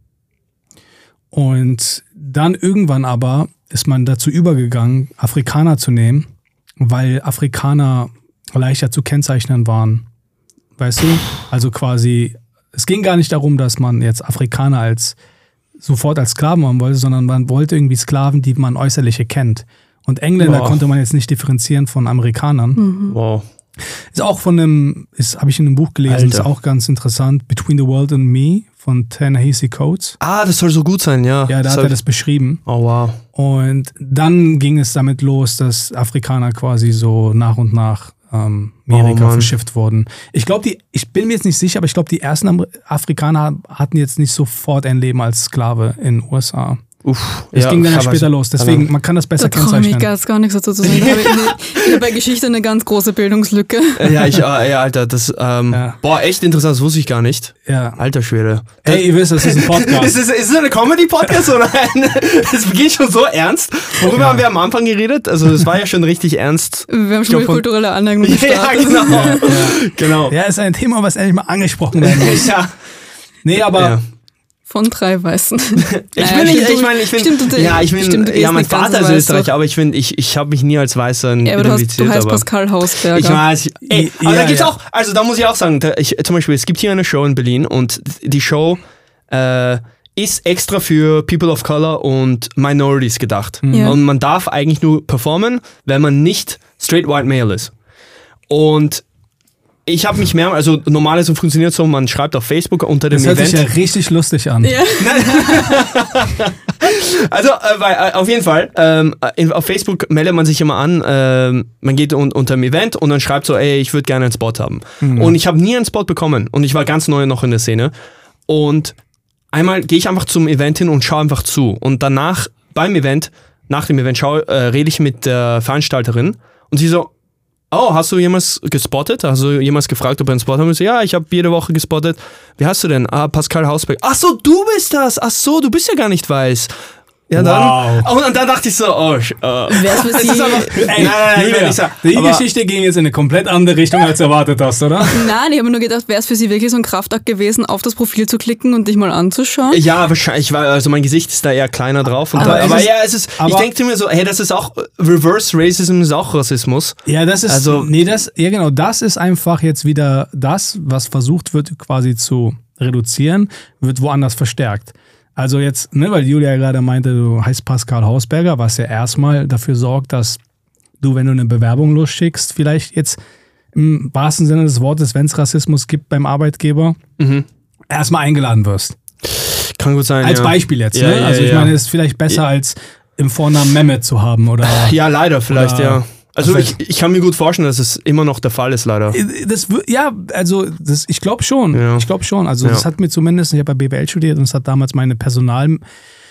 Speaker 1: Und dann irgendwann aber ist man dazu übergegangen, Afrikaner zu nehmen, weil Afrikaner leichter zu kennzeichnen waren. Weißt du? Also quasi, es ging gar nicht darum, dass man jetzt Afrikaner als sofort als Sklaven haben wollte, sondern man wollte irgendwie Sklaven, die man äußerlich erkennt. Und Engländer
Speaker 3: Wow.
Speaker 1: konnte man jetzt nicht differenzieren von Amerikanern.
Speaker 3: Wow.
Speaker 1: Ist auch von einem, ist habe ich in einem Buch gelesen,
Speaker 3: Alter.
Speaker 1: ist auch ganz interessant. Between the World and Me von Ta-Nehisi Coates.
Speaker 3: Ah, das soll so gut sein, ja.
Speaker 1: Ja, da hat
Speaker 3: soll-
Speaker 1: er das beschrieben.
Speaker 3: Oh, wow.
Speaker 1: Und dann ging es damit los, dass Afrikaner quasi so nach und nach ähm, Amerika
Speaker 3: Oh, Mann.
Speaker 1: verschifft wurden. Ich glaube, die, ich bin mir jetzt nicht sicher, aber ich glaube, die ersten Amer- Afrikaner hatten jetzt nicht sofort ein Leben als Sklave in den U S A.
Speaker 3: Uff.
Speaker 1: Es ging dann ja
Speaker 3: aber-
Speaker 1: später los. Deswegen, man kann das besser
Speaker 2: Da traue ich mich
Speaker 1: kennzeichnen.
Speaker 2: ganz gar nichts dazu zu sagen. Da habe ich, eine, ich habe bei Geschichte eine ganz große Bildungslücke.
Speaker 3: Ja, ich, äh, ja, Alter, das, ähm,
Speaker 1: Ja.
Speaker 3: boah, echt interessant, das wusste ich gar nicht.
Speaker 1: Ja.
Speaker 3: Alter Schwede.
Speaker 1: Hey, ihr wisst, das ist ein
Speaker 3: Ist
Speaker 1: Podcast.
Speaker 3: es, ist es eine Comedy-Podcast oder ein, es geht schon so ernst? Worüber
Speaker 1: Ja.
Speaker 3: haben wir am Anfang geredet? Also, das war ja schon richtig ernst.
Speaker 2: Wir haben schon
Speaker 3: glaub,
Speaker 2: mal
Speaker 3: von-
Speaker 2: kulturelle Aneignung
Speaker 3: Ja,
Speaker 2: gestartet.
Speaker 3: genau.
Speaker 1: Ja, ja.
Speaker 3: Genau.
Speaker 1: Ja, ist ein Thema, was endlich mal angesprochen werden muss.
Speaker 3: Ja.
Speaker 1: Nee, aber
Speaker 3: Ja.
Speaker 2: Von drei Weißen.
Speaker 3: Ich
Speaker 2: Naja,
Speaker 3: bin nicht,
Speaker 2: stimmt,
Speaker 3: ich
Speaker 2: du-
Speaker 3: meine, ich bin,
Speaker 2: stimmt, du-
Speaker 3: ja, ich bin,
Speaker 2: stimmt, du
Speaker 3: ja,
Speaker 2: gehst
Speaker 3: mein
Speaker 2: nicht ganz
Speaker 3: Vater
Speaker 2: so
Speaker 3: ist
Speaker 2: weiß,
Speaker 3: Österreicher,
Speaker 2: doch.
Speaker 3: aber ich finde, ich, ich habe mich nie als Weißer
Speaker 2: Ja, aber du, hast,
Speaker 3: identifiziert.
Speaker 2: du heißt
Speaker 3: aber
Speaker 2: Pascal Hausberger.
Speaker 3: ich weiß, ey,
Speaker 1: Ja,
Speaker 3: aber da gibt's
Speaker 1: ja.
Speaker 3: auch, also da muss ich auch sagen, da, ich, zum Beispiel, es gibt hier eine Show in Berlin und die Show äh, ist extra für People of Color und Minorities gedacht.
Speaker 2: Ja.
Speaker 3: Und man darf eigentlich nur performen, wenn man nicht straight white male ist. Und ich habe mich mehr, also normalerweise funktioniert so, man schreibt auf Facebook unter dem
Speaker 1: Das hört
Speaker 3: Event.
Speaker 1: sich ja richtig lustig an.
Speaker 2: Ja.
Speaker 3: Also äh, weil, äh, auf jeden Fall, ähm, in, auf Facebook meldet man sich immer an, ähm, man geht un, unter dem Event und dann schreibt so, ey, ich würde gerne einen Spot haben. Mhm. Und ich habe nie einen Spot bekommen und ich war ganz neu noch in der Szene. Und einmal gehe ich einfach zum Event hin und schaue einfach zu. Und danach, beim Event, nach dem Event, schau, äh, rede ich mit der Veranstalterin und sie so, oh, hast du jemals gespottet? Hast du jemals gefragt, ob er einen Spot haben will? So, ja, ich habe jede Woche gespottet. Wie heißt du denn? Ah, Pascal Hausberg. Ach so, du bist das. Ach so, du bist ja gar nicht weiß. Ja, dann.
Speaker 1: Wow.
Speaker 3: Und dann dachte ich so, oh, äh,
Speaker 2: Wär's für
Speaker 3: es
Speaker 2: Sie-
Speaker 3: ist einfach,
Speaker 1: Ey,
Speaker 3: nein, nein, nein, ich will
Speaker 1: Julia,
Speaker 3: nicht sagen.
Speaker 1: die
Speaker 3: Aber-
Speaker 1: Geschichte ging jetzt in eine komplett andere Richtung, als du erwartet hast, oder?
Speaker 2: Nein, ich habe mir nur gedacht, wäre es für Sie wirklich so ein Kraftakt gewesen, auf das Profil zu klicken und dich mal anzuschauen?
Speaker 3: Ja, wahrscheinlich, weil also mein Gesicht ist da eher kleiner drauf. Und
Speaker 1: Aber
Speaker 3: da,
Speaker 1: es
Speaker 3: aber
Speaker 1: ist-
Speaker 3: ja, es ist, ich
Speaker 1: aber-
Speaker 3: denke mir so, hey, das ist auch, Reverse Racism ist auch Rassismus.
Speaker 1: Ja, das ist,
Speaker 3: Also-
Speaker 1: nee, das, ja genau, das ist einfach jetzt wieder das, was versucht wird quasi zu reduzieren, wird woanders verstärkt. Also jetzt, ne, weil Julia gerade meinte, du heißt Pascal Hausberger, was ja erstmal dafür sorgt, dass du, wenn du eine Bewerbung losschickst, vielleicht jetzt im wahrsten Sinne des Wortes, wenn es Rassismus gibt beim Arbeitgeber,
Speaker 3: Mhm.
Speaker 1: erstmal eingeladen wirst.
Speaker 3: Kann gut sein,
Speaker 1: Als
Speaker 3: ja.
Speaker 1: Beispiel jetzt,
Speaker 3: Ja,
Speaker 1: ne?
Speaker 3: ja,
Speaker 1: Also ich
Speaker 3: ja.
Speaker 1: meine, es ist vielleicht besser als im Vornamen Mehmet zu haben oder...
Speaker 3: Ja, leider vielleicht,
Speaker 1: Oder-
Speaker 3: ja. Also
Speaker 1: Also
Speaker 3: ich, ich kann mir gut vorstellen, dass es immer noch der Fall ist, leider.
Speaker 1: Das, wür- ja, also das, ich glaube schon.
Speaker 3: Ja.
Speaker 1: Ich glaube schon. Also
Speaker 3: Ja.
Speaker 1: das hat mir zumindest, ich habe bei B W L studiert und das hat damals meine Personaldozentin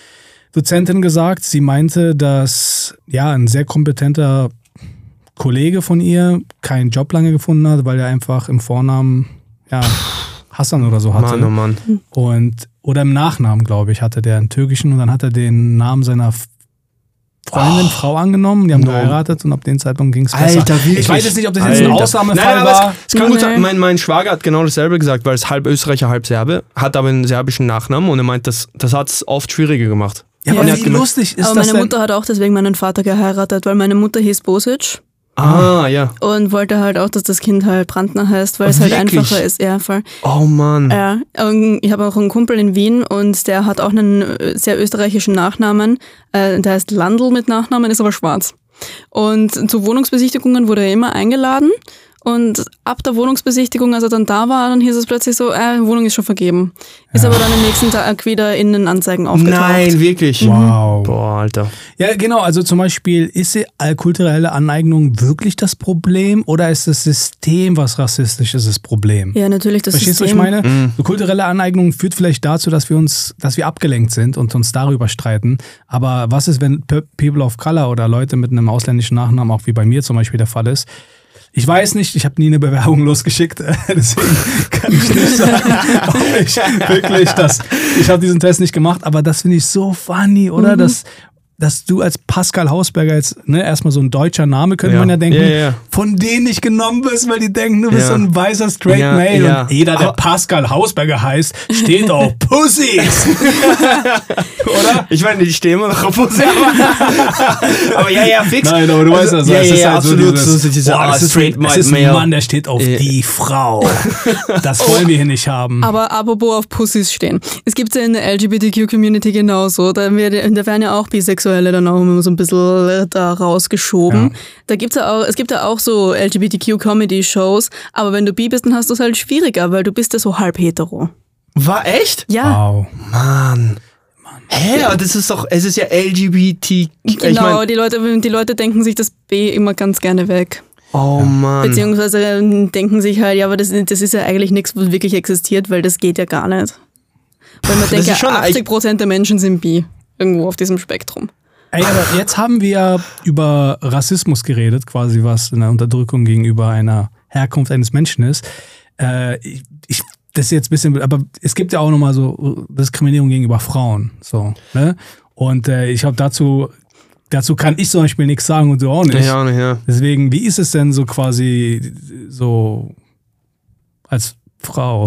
Speaker 1: gesagt. Sie meinte, dass ja ein sehr kompetenter Kollege von ihr keinen Job lange gefunden hat, weil er einfach im Vornamen ja Hassan oder so hatte.
Speaker 3: Mann, oh Mann.
Speaker 1: Und oder im Nachnamen, glaube ich, hatte der einen türkischen und dann hat er den Namen seiner Freundin, Frau angenommen, die haben
Speaker 3: No.
Speaker 1: geheiratet und ab dem Zeitpunkt ging es besser.
Speaker 3: Alter, wirklich?
Speaker 1: Ich weiß jetzt nicht, ob das jetzt ein
Speaker 3: Alter.
Speaker 1: Ausnahmefall
Speaker 3: Nein, aber
Speaker 1: war.
Speaker 3: Es, es kann gut
Speaker 2: Nein.
Speaker 3: sein, mein, mein Schwager hat genau dasselbe gesagt, weil es halb Österreicher, halb Serbe, hat aber einen serbischen Nachnamen und er meint, das, das hat es oft schwieriger gemacht.
Speaker 1: Ja, aber
Speaker 3: Und er
Speaker 1: wie
Speaker 3: hat gemeint-
Speaker 1: lustig ist
Speaker 2: Aber
Speaker 1: das
Speaker 2: meine
Speaker 1: denn?
Speaker 2: Mutter hat auch deswegen meinen Vater geheiratet, weil meine Mutter hieß Bosic
Speaker 3: Ah, ja.
Speaker 2: und wollte halt auch, dass das Kind halt Brandner heißt, weil es halt
Speaker 3: Wirklich?
Speaker 2: einfacher ist. Ja, voll.
Speaker 3: Oh Mann.
Speaker 2: Ja, und ich habe auch einen Kumpel in Wien und der hat auch einen äh, sehr österreichischen Nachnamen. Äh, Der heißt Landl mit Nachnamen, ist aber schwarz. Und zu Wohnungsbesichtigungen wurde er immer eingeladen. Und ab der Wohnungsbesichtigung, als er dann da war, dann hieß es plötzlich so, äh, Wohnung ist schon vergeben. Ist aber dann am nächsten Tag wieder in den Anzeigen aufgetaucht.
Speaker 3: Nein, wirklich.
Speaker 1: Wow.
Speaker 3: Boah, Alter.
Speaker 1: Ja, genau. Also zum Beispiel, ist die kulturelle Aneignung wirklich das Problem oder ist das System, was rassistisch ist, das Problem?
Speaker 2: Ja, natürlich, das
Speaker 1: Verstehst du, was ich
Speaker 2: System.
Speaker 1: meine? So kulturelle Aneignung führt vielleicht dazu, dass wir uns, dass wir abgelenkt sind und uns darüber streiten. Aber was ist, wenn Pe- People of Color oder Leute mit einem ausländischen Nachnamen, auch wie bei mir zum Beispiel der Fall ist? Ich weiß nicht, ich habe nie eine Bewerbung losgeschickt, deswegen kann ich nicht sagen, ob ich wirklich das, ich habe diesen Test nicht gemacht, aber das finde ich so funny, oder?
Speaker 2: Mhm.
Speaker 1: Dass, dass du als Pascal Hausberger jetzt, ne, erstmal so ein deutscher Name, könnte
Speaker 3: Ja.
Speaker 1: man ja denken,
Speaker 3: Ja, ja.
Speaker 1: von denen nicht genommen bist, weil die denken, du bist
Speaker 3: Ja.
Speaker 1: so ein weißer Straight
Speaker 3: Ja,
Speaker 1: Male
Speaker 3: ja.
Speaker 1: und jeder, der
Speaker 3: Aber-
Speaker 1: Pascal Hausberger heißt, steht auf Pussys. Oder?
Speaker 3: Ich meine, die stehen immer noch auf uns. Aber, aber ja, ja, fix.
Speaker 1: Nein, aber du weißt
Speaker 3: Also,
Speaker 1: also,
Speaker 3: ja,
Speaker 1: es
Speaker 3: ja,
Speaker 1: ist
Speaker 3: ja,
Speaker 1: halt so
Speaker 3: absolut.
Speaker 1: dieses,
Speaker 3: So diese,
Speaker 1: boah,
Speaker 3: ah,
Speaker 1: das ist,
Speaker 3: straight
Speaker 1: ein, es ist ein
Speaker 3: male.
Speaker 1: Mann, der steht auf
Speaker 3: Ja.
Speaker 1: die Frau. Das wollen wir hier nicht haben.
Speaker 2: Aber apropos auf Pussys stehen. Es gibt ja in der L G B T Q-Community genauso. Da, wird, da werden ja auch Bisexuelle dann auch immer so ein bisschen da rausgeschoben.
Speaker 1: Ja.
Speaker 2: Da gibt's ja auch, es gibt ja auch so L G B T Q-Comedy-Shows. Aber wenn du bi bist, dann hast du es halt schwieriger, weil du bist ja so halb hetero.
Speaker 3: War echt?
Speaker 2: Ja,
Speaker 1: Wow.
Speaker 3: Mann. Hä, aber das ist doch, es ist ja L G B T.
Speaker 2: genau.
Speaker 3: Ich mein,
Speaker 2: die, Leute, die Leute denken sich das B immer ganz gerne weg.
Speaker 3: oh Mann.
Speaker 2: Beziehungsweise ähm, denken sich halt, ja, aber das, das ist ja eigentlich nichts, was wirklich existiert, weil das geht ja gar nicht. Weil man denkt
Speaker 3: ist schon
Speaker 2: ja, achtzig Prozent der Menschen sind bi. Irgendwo auf diesem Spektrum.
Speaker 1: Ey, aber jetzt haben wir ja über Rassismus geredet, quasi was eine Unterdrückung gegenüber einer Herkunft eines Menschen ist. Äh, ich, ich, das ist jetzt ein bisschen, aber es gibt ja auch nochmal so Diskriminierung gegenüber Frauen. So, ne? Und äh, ich glaube, dazu, dazu kann ich zum Beispiel nichts sagen und du auch nicht.
Speaker 3: Ja, auch nicht, ja.
Speaker 1: Deswegen, wie ist es denn so quasi so als Frau?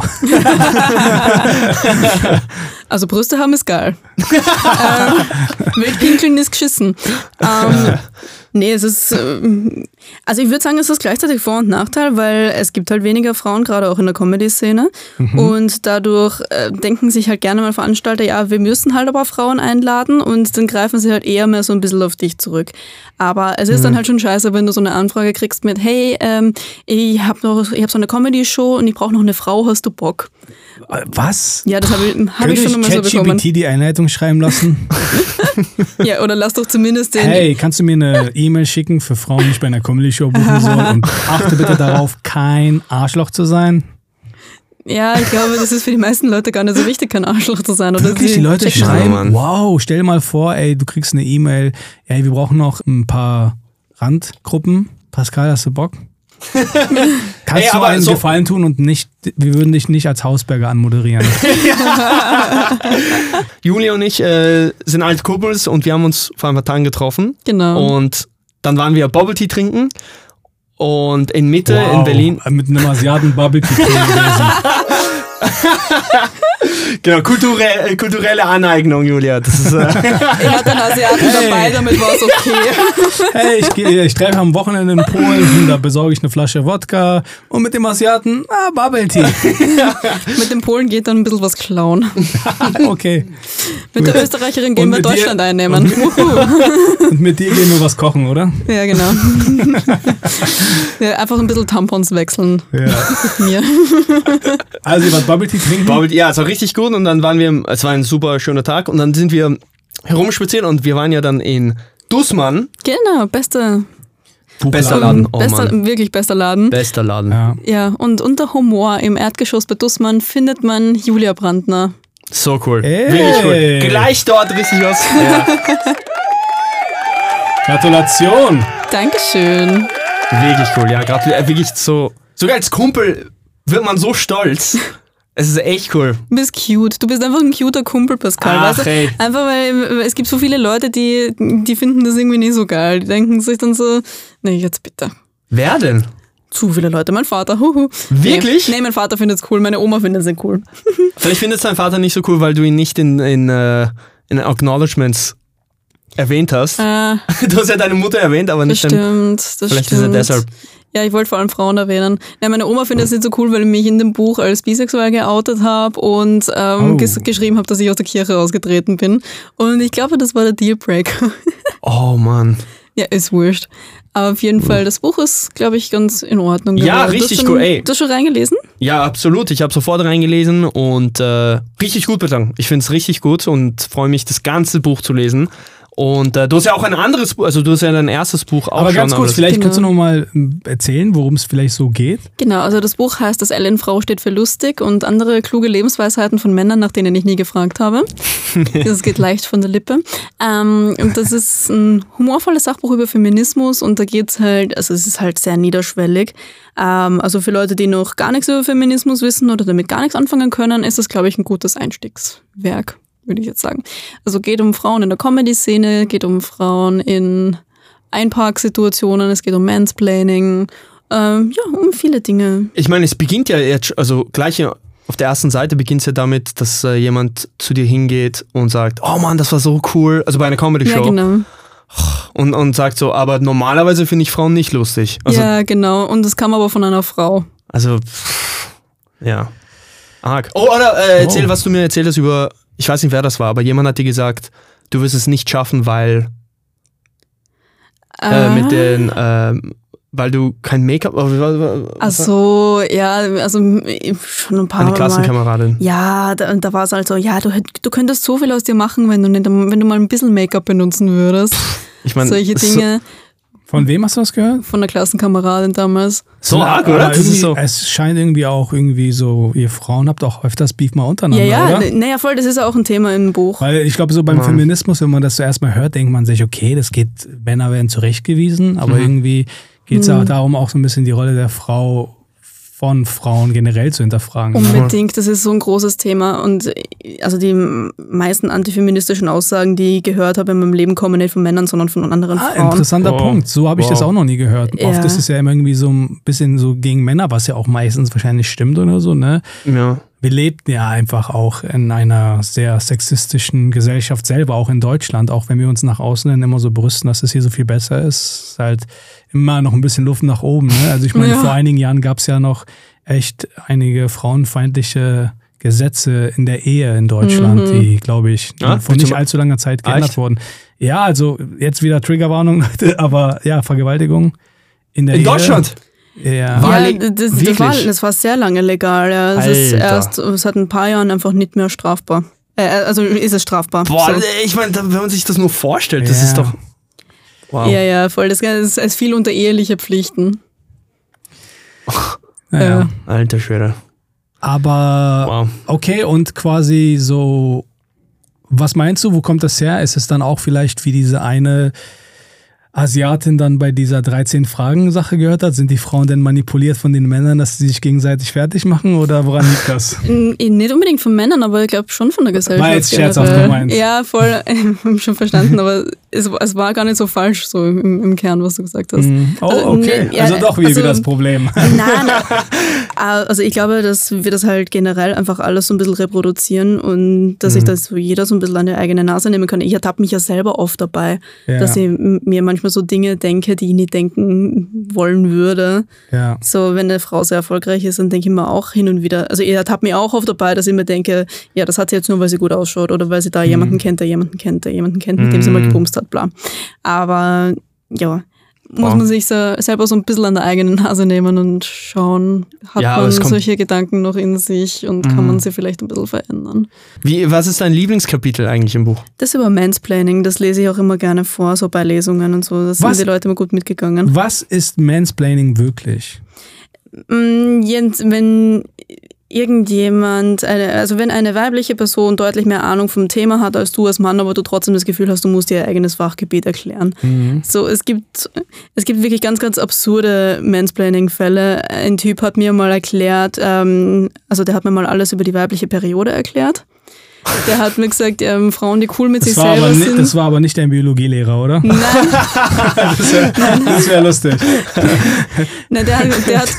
Speaker 2: Also Brüste haben ist geil. ähm, Wildpinkeln ist geschissen. Ähm, Nee, es ist, äh, also ich würde sagen, es ist gleichzeitig Vor- und Nachteil, weil es gibt halt weniger Frauen, gerade auch in der Comedy-Szene. Mhm. Und dadurch äh, denken sich halt gerne mal Veranstalter, ja, wir müssen halt aber Frauen einladen und dann greifen sie halt eher mehr so ein bisschen auf dich zurück. Aber es ist mhm. dann halt schon scheiße, wenn du so eine Anfrage kriegst mit, hey, ähm, ich habe noch, ich habe so eine Comedy-Show und ich brauche noch eine Frau, hast du Bock?
Speaker 1: Was?
Speaker 2: Ja, das habe ich, hab ich schon immer so bekommen.
Speaker 1: Könnte ich die Einleitung schreiben lassen?
Speaker 2: Ja, oder lass doch zumindest den...
Speaker 1: Hey, kannst du mir eine E-Mail schicken für Frauen, die ich bei einer Comedy-Show buchen soll und achte bitte darauf, kein Arschloch zu sein?
Speaker 2: Ja, ich glaube, das ist für die meisten Leute gar nicht so wichtig, kein Arschloch zu sein. Oder
Speaker 1: wirklich, die Leute schreiben, wow, stell dir mal vor, ey, du kriegst eine E-Mail, ey, wir brauchen noch ein paar Randgruppen. Pascal, hast du Bock? Kannst Ey, du einen so Gefallen tun und nicht, wir würden dich nicht als Hausberger anmoderieren.
Speaker 3: Julia und ich äh, sind alte Kumpels und wir haben uns vor ein paar Tagen getroffen.
Speaker 2: Genau.
Speaker 3: Und dann waren wir Bubble Tea trinken und in Mitte
Speaker 1: wow,
Speaker 3: in Berlin.
Speaker 1: Mit einem Asiaten Bubble Tea gewesen.
Speaker 3: Genau, kulturelle, kulturelle Aneignung, Julia. Das ist, äh
Speaker 2: ich hatte einen Asiaten hey. dabei, damit war es okay.
Speaker 1: Hey, ich, geh, ich treffe am Wochenende in Polen, da besorge ich eine Flasche Wodka und mit dem Asiaten, ah, Bubble Tea.
Speaker 2: Mit dem Polen geht dann ein bisschen was klauen.
Speaker 1: Okay.
Speaker 2: Mit der Österreicherin gehen wir Deutschland dir, einnehmen.
Speaker 1: Und, und mit dir gehen wir was kochen, oder?
Speaker 2: Ja, genau. Ja, einfach ein bisschen Tampons wechseln.
Speaker 1: Ja.
Speaker 2: Mit mir.
Speaker 1: Also, ihr wart Bubble Tea trinken?
Speaker 3: Bubble, ja, es war richtig gut und dann waren wir, es war ein super schöner Tag und dann sind wir herumspaziert und wir waren ja dann in Dussmann.
Speaker 2: Genau, beste.
Speaker 3: Bester Laden.
Speaker 2: Oh, bester, wirklich bester Laden.
Speaker 3: Bester Laden.
Speaker 2: Ja. ja, und unter Humor im Erdgeschoss bei Dussmann findet man Julia Brandner.
Speaker 3: So cool.
Speaker 1: Hey.
Speaker 3: Wirklich cool. Gleich dort richtig was. Ja.
Speaker 1: Gratulation.
Speaker 2: Dankeschön.
Speaker 3: Wirklich cool, ja. Gratuliere. Wirklich so. Sogar als Kumpel wird man so stolz. Es ist echt cool.
Speaker 2: Du bist cute. Du bist einfach ein cuter Kumpel, Pascal.
Speaker 3: Ach,
Speaker 2: weißt du?
Speaker 3: Hey.
Speaker 2: Einfach weil es gibt so viele Leute, die, die finden das irgendwie nicht so geil. Die denken sich dann so, nee, jetzt bitte.
Speaker 3: Wer denn?
Speaker 2: Zu viele Leute. Mein Vater. Huhu.
Speaker 3: Wirklich?
Speaker 2: Nee, nee, mein Vater findet es cool. Meine Oma findet es nicht cool.
Speaker 3: Vielleicht findet dein Vater nicht so cool, weil du ihn nicht in, in, uh, in Acknowledgements erwähnt hast.
Speaker 2: Äh,
Speaker 3: du hast ja deine Mutter erwähnt, aber nicht
Speaker 2: das stimmt, das
Speaker 3: Vielleicht
Speaker 2: stimmt.
Speaker 3: ist er deshalb.
Speaker 2: Ja, ich wollte vor allem Frauen erwähnen. Ja, meine Oma findet es nicht so cool, weil ich mich in dem Buch als bisexuell geoutet habe und ähm,
Speaker 1: oh.
Speaker 2: ges- geschrieben habe, dass ich aus der Kirche ausgetreten bin. Und ich glaube, das war der Dealbreaker.
Speaker 3: Oh Mann.
Speaker 2: Ja, ist wurscht. Aber auf jeden Fall, das Buch ist, glaube ich, ganz in Ordnung.
Speaker 3: Ja,
Speaker 2: geworden.
Speaker 3: richtig
Speaker 2: schon,
Speaker 3: cool. Ey.
Speaker 2: Du hast schon reingelesen?
Speaker 3: Ja, absolut. Ich habe sofort reingelesen und äh, richtig gut bedankt. Ich finde es richtig gut und freue mich, das ganze Buch zu lesen. Und äh, du hast ja auch ein anderes Buch, also du hast ja dein erstes Buch auch
Speaker 1: aber
Speaker 3: schon.
Speaker 1: ganz kurz,
Speaker 3: aber
Speaker 1: vielleicht
Speaker 2: genau.
Speaker 1: kannst du noch mal erzählen, worum es vielleicht so geht.
Speaker 2: Genau, also das Buch heißt Das L in Frau steht für lustig und andere kluge Lebensweisheiten von Männern, nach denen ich nie gefragt habe. Das geht leicht von der Lippe. Ähm, und das ist ein humorvolles Sachbuch über Feminismus und da geht's halt, also es ist halt sehr niederschwellig. Ähm, also für Leute, die noch gar nichts über Feminismus wissen oder damit gar nichts anfangen können, ist das, glaube ich, ein gutes Einstiegswerk, würde ich jetzt sagen. Also geht um Frauen in der Comedy-Szene, geht um Frauen in Einparksituationen, es geht um Mansplaining, ähm, ja, um viele Dinge.
Speaker 3: Ich meine, es beginnt ja jetzt, also gleich auf der ersten Seite beginnt es ja damit, dass äh, jemand zu dir hingeht und sagt, oh Mann, das war so cool, also bei einer Comedy-Show.
Speaker 2: Ja, genau.
Speaker 3: Und, und sagt so, aber normalerweise finde ich Frauen nicht lustig. Also,
Speaker 2: ja, genau. Und das kam aber von einer Frau.
Speaker 3: Also, pff, ja. Arg. Oh, oder äh, erzähl, oh. was du mir erzählt hast über, ich weiß nicht, wer das war, aber jemand hat dir gesagt, du wirst es nicht schaffen, weil äh, mit den, äh, weil du kein Make-up...
Speaker 2: Ach so, ja, also schon ein paar Mal.
Speaker 3: Eine Klassenkameradin.
Speaker 2: Ja, da, da war es halt so, ja, du, du könntest so viel aus dir machen, wenn du, nicht, wenn du mal ein bisschen Make-up benutzen würdest.
Speaker 3: Ich meine,
Speaker 2: solche Dinge.
Speaker 1: Von wem hast du das gehört?
Speaker 2: Von der Klassenkameradin damals.
Speaker 3: So arg, oder?
Speaker 1: Das ist so. Es scheint irgendwie auch irgendwie so, ihr Frauen habt auch öfters Beef mal untereinander,
Speaker 2: ja, ja,
Speaker 1: oder?
Speaker 2: Naja, voll, das ist auch ein Thema im Buch.
Speaker 1: Weil ich glaube, so beim
Speaker 3: Mann.
Speaker 1: Feminismus, wenn man das zuerst mal hört, denkt man sich, okay, das geht, Männer werden zurechtgewiesen, aber mhm. irgendwie geht es mhm. auch darum, auch so ein bisschen die Rolle der Frau von Frauen generell zu hinterfragen.
Speaker 2: Unbedingt, das ist so ein großes Thema und also die meisten antifeministischen Aussagen, die ich gehört habe in meinem Leben, kommen nicht von Männern, sondern von anderen
Speaker 1: ah,
Speaker 2: Frauen.
Speaker 1: Interessanter
Speaker 3: wow.
Speaker 1: Punkt, so habe ich wow. das auch noch nie gehört.
Speaker 2: Ja.
Speaker 1: Oft ist es ja immer irgendwie so ein bisschen so gegen Männer, was ja auch meistens wahrscheinlich stimmt oder so, ne?
Speaker 3: Ja.
Speaker 1: wir lebten ja einfach auch in einer sehr sexistischen Gesellschaft selber, auch in Deutschland, auch wenn wir uns nach außen hin immer so brüsten, dass es hier so viel besser ist, ist halt immer noch ein bisschen Luft nach oben. Ne? Also ich meine, ja. vor einigen Jahren gab es ja noch echt einige frauenfeindliche Gesetze in der Ehe in Deutschland, mhm. die, glaube ich, ja, vor nicht allzu langer Zeit geändert echt? wurden. Ja, also jetzt wieder Triggerwarnung, aber ja, Vergewaltigung in der
Speaker 3: in
Speaker 1: Ehe.
Speaker 3: In Deutschland?
Speaker 1: Ja,
Speaker 2: war ja das, das, war, das war sehr lange legal. Ja. Es ist erst seit ein paar Jahren einfach nicht mehr strafbar. Äh, also ist es strafbar.
Speaker 3: Boah, so. Ich meine, wenn man sich das nur vorstellt, das ja. ist doch...
Speaker 2: Wow. Ja, ja, voll. Das ist, ist viel unter eheliche Pflichten.
Speaker 1: Naja.
Speaker 3: Ja. Alter Schwede.
Speaker 1: Aber wow. okay, und quasi so, was meinst du, wo kommt das her? Ist es dann auch vielleicht wie diese eine Asiatin dann bei dieser dreizehn-Fragen-Sache gehört hat? Sind die Frauen denn manipuliert von den Männern, dass sie sich gegenseitig fertig machen oder woran liegt das?
Speaker 2: Nicht unbedingt von Männern, aber ich glaube schon von der Gesellschaft.
Speaker 1: War jetzt scherzhaft gemeint.
Speaker 2: Ja, voll, ich habe schon verstanden, aber es, es war gar nicht so falsch so im, im Kern, was du gesagt hast.
Speaker 1: Mm. Oh, also, okay. Ne, ja, also doch wieder also, das Problem.
Speaker 2: Nein, nein. Also ich glaube, dass wir das halt generell einfach alles so ein bisschen reproduzieren und dass mm. sich das so jeder so ein bisschen an die eigene Nase nehmen kann. Ich ertappe mich ja selber oft dabei, ja. dass ich mir manchmal so Dinge denke, die ich nicht denken wollen würde.
Speaker 1: Ja.
Speaker 2: So, wenn eine Frau sehr erfolgreich ist, dann denke ich mir auch hin und wieder, also ich ertappe mich auch oft dabei, dass ich mir denke, ja, das hat sie jetzt nur, weil sie gut ausschaut oder weil sie da mm. jemanden kennt, der jemanden kennt, der jemanden kennt, mit mm. dem sie mal gebumst hat, bla. Aber ja, muss wow. man sich so, selber so ein bisschen an der eigenen Nase nehmen und schauen, hat ja, man solche Gedanken noch in sich und mhm. kann man sie vielleicht ein bisschen verändern.
Speaker 3: Wie, was ist dein Lieblingskapitel eigentlich im Buch?
Speaker 2: Das über Mansplaining, das lese ich auch immer gerne vor, so bei Lesungen und so. Da sind die Leute immer gut mitgegangen.
Speaker 1: Was ist Mansplaining wirklich?
Speaker 2: Jens, wenn irgendjemand, eine, also wenn eine weibliche Person deutlich mehr Ahnung vom Thema hat als du als Mann, aber du trotzdem das Gefühl hast, du musst dir ihr eigenes Fachgebiet erklären. Mhm. So, es gibt, es gibt wirklich ganz, ganz absurde Mansplaining-Fälle. Ein Typ hat mir mal erklärt, ähm, also der hat mir mal alles über die weibliche Periode erklärt. Der hat mir gesagt, ähm, Frauen, die cool mit
Speaker 1: das
Speaker 2: sich selber
Speaker 1: nicht,
Speaker 2: sind.
Speaker 1: Das war aber nicht dein Biologielehrer, oder?
Speaker 2: Nein.
Speaker 1: Das wäre wär lustig.
Speaker 2: Nein, der, der hat...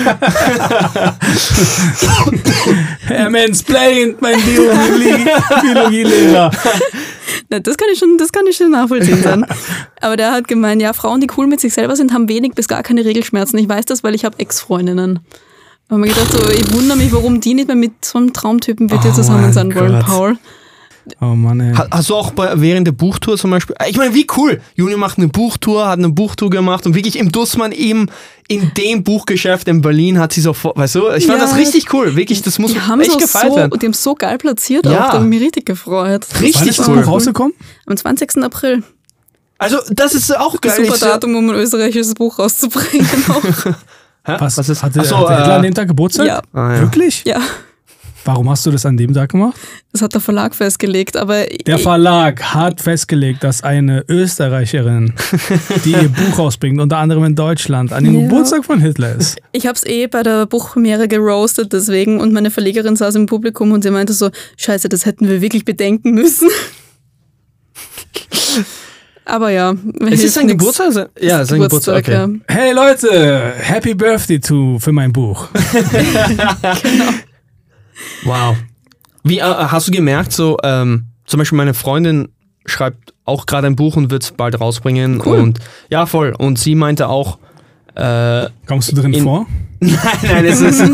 Speaker 1: Er mansplaint, mein Biologie, Biologielehrer.
Speaker 2: Nein, das kann ich schon, das kann ich schon nachvollziehen dann. Aber der hat gemeint, ja, Frauen, die cool mit sich selber sind, haben wenig bis gar keine Regelschmerzen. Ich weiß das, weil ich habe Ex-Freundinnen. Da haben wir gedacht, so, ich wundere mich, warum die nicht mehr mit so einem Traumtypen wie dir oh zusammen sein wollen, Paul.
Speaker 1: Oh Mann, ey.
Speaker 3: Hast du auch bei, während der Buchtour zum Beispiel, ich meine, wie cool, Juni macht eine Buchtour, hat eine Buchtour gemacht und wirklich im Dussmann eben in dem Buchgeschäft in Berlin hat sie so, weißt du, ich fand ja, das richtig cool, wirklich, das muss echt so gefeiert
Speaker 2: so,
Speaker 3: werden.
Speaker 2: Die haben so geil platziert
Speaker 3: ja.
Speaker 2: auch, da habe ich mich richtig gefreut.
Speaker 3: Richtig
Speaker 1: Wann ist das
Speaker 3: cool.
Speaker 1: Buch rausgekommen?
Speaker 2: Am zwanzigsten April.
Speaker 3: Also das ist auch geil.
Speaker 2: Ein super Datum, um ein österreichisches Buch rauszubringen.
Speaker 1: Hä? Was,
Speaker 3: Was ist,
Speaker 1: hatte,
Speaker 3: achso,
Speaker 1: hatte Hitler
Speaker 3: äh,
Speaker 1: an dem Tag Geburtstag?
Speaker 2: Ja.
Speaker 3: Ah, ja.
Speaker 1: Wirklich?
Speaker 2: Ja.
Speaker 1: Warum hast du das an dem Tag gemacht?
Speaker 2: Das hat der Verlag festgelegt, aber...
Speaker 1: Der Verlag hat festgelegt, dass eine Österreicherin, die ihr Buch rausbringt, unter anderem in Deutschland, an dem ja. Geburtstag von Hitler ist.
Speaker 2: Ich habe es eh bei der Buchpremiere geroastet deswegen und meine Verlegerin saß im Publikum und sie meinte so, scheiße, das hätten wir wirklich bedenken müssen. Aber ja.
Speaker 3: Es ist ein Geburtstag? Ja, es ist ein Geburtstag, okay. Ja.
Speaker 1: Hey Leute, Happy Birthday to für mein Buch.
Speaker 2: Genau.
Speaker 3: Wow. Wie äh, hast du gemerkt, so ähm, zum Beispiel meine Freundin schreibt auch gerade ein Buch und wird es bald rausbringen. Cool. Und ja, voll. Und sie meinte auch, äh,
Speaker 1: kommst du drin
Speaker 3: in,
Speaker 1: vor?
Speaker 3: Nein, nein, es ist,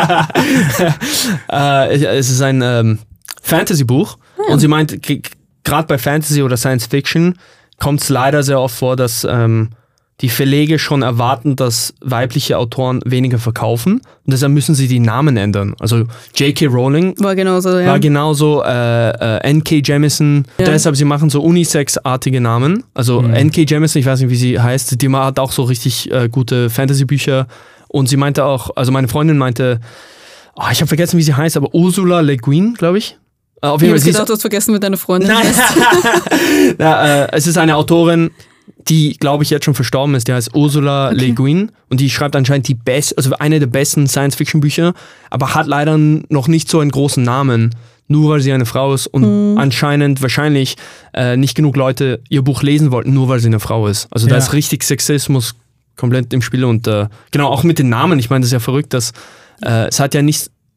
Speaker 3: äh, es ist ein ähm, Fantasy-Buch. Ja. Und sie meint, gerade bei Fantasy oder Science Fiction kommt es leider sehr oft vor, dass ähm, die Verlege schon erwarten, dass weibliche Autoren weniger verkaufen und deshalb müssen sie die Namen ändern. Also J K Rowling
Speaker 2: war genauso, ja.
Speaker 3: war genauso äh, äh, N K Jemisin. Ja. Deshalb, sie machen so Unisex-artige Namen. Also mhm. N K Jemisin, ich weiß nicht, wie sie heißt, die hat auch so richtig äh, gute Fantasy-Bücher und sie meinte auch, also meine Freundin meinte, oh, ich habe vergessen, wie sie heißt, aber Ursula Le Guin, glaube ich.
Speaker 2: Auf jeden Fall, ich habe gedacht, du hast vergessen, mit deiner Freundin.
Speaker 3: Nein. ja, äh, es ist eine Autorin, die, glaube ich, jetzt schon verstorben ist. Die heißt Ursula okay. Le Guin und die schreibt anscheinend die best, also eine der besten Science-Fiction-Bücher, aber hat leider noch nicht so einen großen Namen, nur weil sie eine Frau ist und hm. anscheinend wahrscheinlich äh, nicht genug Leute ihr Buch lesen wollten, nur weil sie eine Frau ist. Also ja. da ist richtig Sexismus komplett im Spiel und äh, genau, auch mit den Namen. Ich meine, das ist ja verrückt, dass äh, es hat ja nicht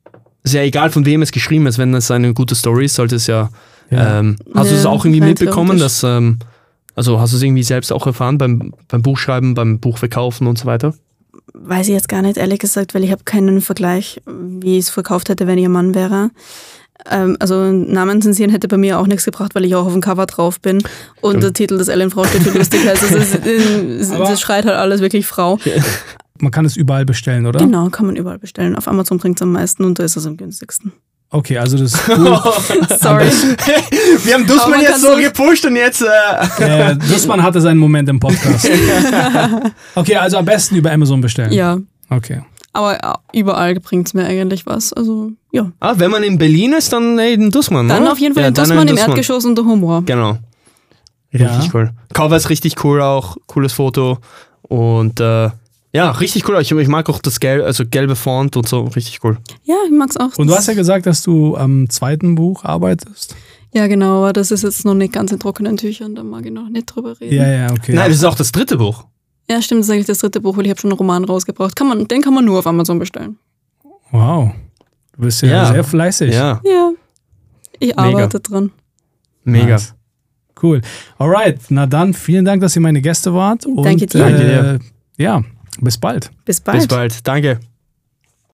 Speaker 3: ist ja egal, von wem es geschrieben ist, wenn es eine gute Story ist, sollte es ja,
Speaker 1: Ja.
Speaker 3: ähm, hast du es
Speaker 2: Ja,
Speaker 3: auch irgendwie
Speaker 2: rein
Speaker 3: mitbekommen,
Speaker 2: theoretisch.
Speaker 3: dass, ähm, also hast du es irgendwie selbst auch erfahren beim, beim Buchschreiben, beim Buchverkaufen und so weiter?
Speaker 2: Weiß ich jetzt gar nicht, ehrlich gesagt, weil ich habe keinen Vergleich, wie ich es verkauft hätte, wenn ich ein Mann wäre. Ähm, also Namen zensieren hätte bei mir auch nichts gebracht, weil ich auch auf dem Cover drauf bin. Und
Speaker 3: Stimmt.
Speaker 2: der Titel des Ellen Frau steht für lustig. Also es, ist, es,
Speaker 1: Aber-
Speaker 2: es schreit halt alles wirklich Frau.
Speaker 1: Man kann es überall bestellen, oder?
Speaker 2: Genau, kann man überall bestellen. Auf Amazon bringt es am meisten und da ist es am günstigsten.
Speaker 1: Okay, also das Buch,
Speaker 2: Sorry.
Speaker 3: Wir haben
Speaker 2: Aber
Speaker 3: Dussmann
Speaker 2: man
Speaker 3: jetzt
Speaker 2: kann
Speaker 3: so
Speaker 2: so-
Speaker 3: gepusht und jetzt... Äh,
Speaker 1: äh, Dussmann hatte seinen Moment im Podcast. Okay, also am besten über Amazon bestellen.
Speaker 2: Ja,
Speaker 1: Okay.
Speaker 2: aber ja, überall bringt es mir eigentlich was. Also ja.
Speaker 3: ah, wenn man in Berlin ist, dann äh, in Dussmann,
Speaker 2: Dann
Speaker 3: oder?
Speaker 2: auf jeden Fall
Speaker 3: Ja,
Speaker 2: in
Speaker 3: dann
Speaker 2: Dussmann im Erdgeschoss und der Humor.
Speaker 3: Genau.
Speaker 1: Ja.
Speaker 3: Richtig cool. Cover ist richtig cool auch, cooles Foto und äh, ja, richtig cool. Ich, ich mag auch das gelbe, also gelbe Font und so, richtig cool.
Speaker 2: Ja, ich mag's auch.
Speaker 1: Und du hast ja gesagt, dass du am zweiten Buch arbeitest.
Speaker 2: Ja, genau, aber das ist jetzt noch nicht ganz in trockenen Tüchern, da mag ich noch nicht drüber reden.
Speaker 1: Ja, ja, okay.
Speaker 3: Nein, das ist auch das dritte Buch.
Speaker 2: Ja, stimmt, das ist eigentlich das dritte Buch, weil ich habe schon einen Roman rausgebracht. Kann man, den kann man nur auf Amazon bestellen.
Speaker 1: Wow. Du bist ja,
Speaker 3: Ja.
Speaker 1: sehr fleißig.
Speaker 3: Ja,
Speaker 2: Ja, ich arbeite dran.
Speaker 3: mega.
Speaker 1: Nice. Cool. Alright, na dann vielen Dank, dass ihr meine Gäste wart. Und,
Speaker 2: Danke dir.
Speaker 1: Äh,
Speaker 3: Danke dir.
Speaker 1: ja, bis bald.
Speaker 2: Bis bald.
Speaker 3: Bis bald. Danke.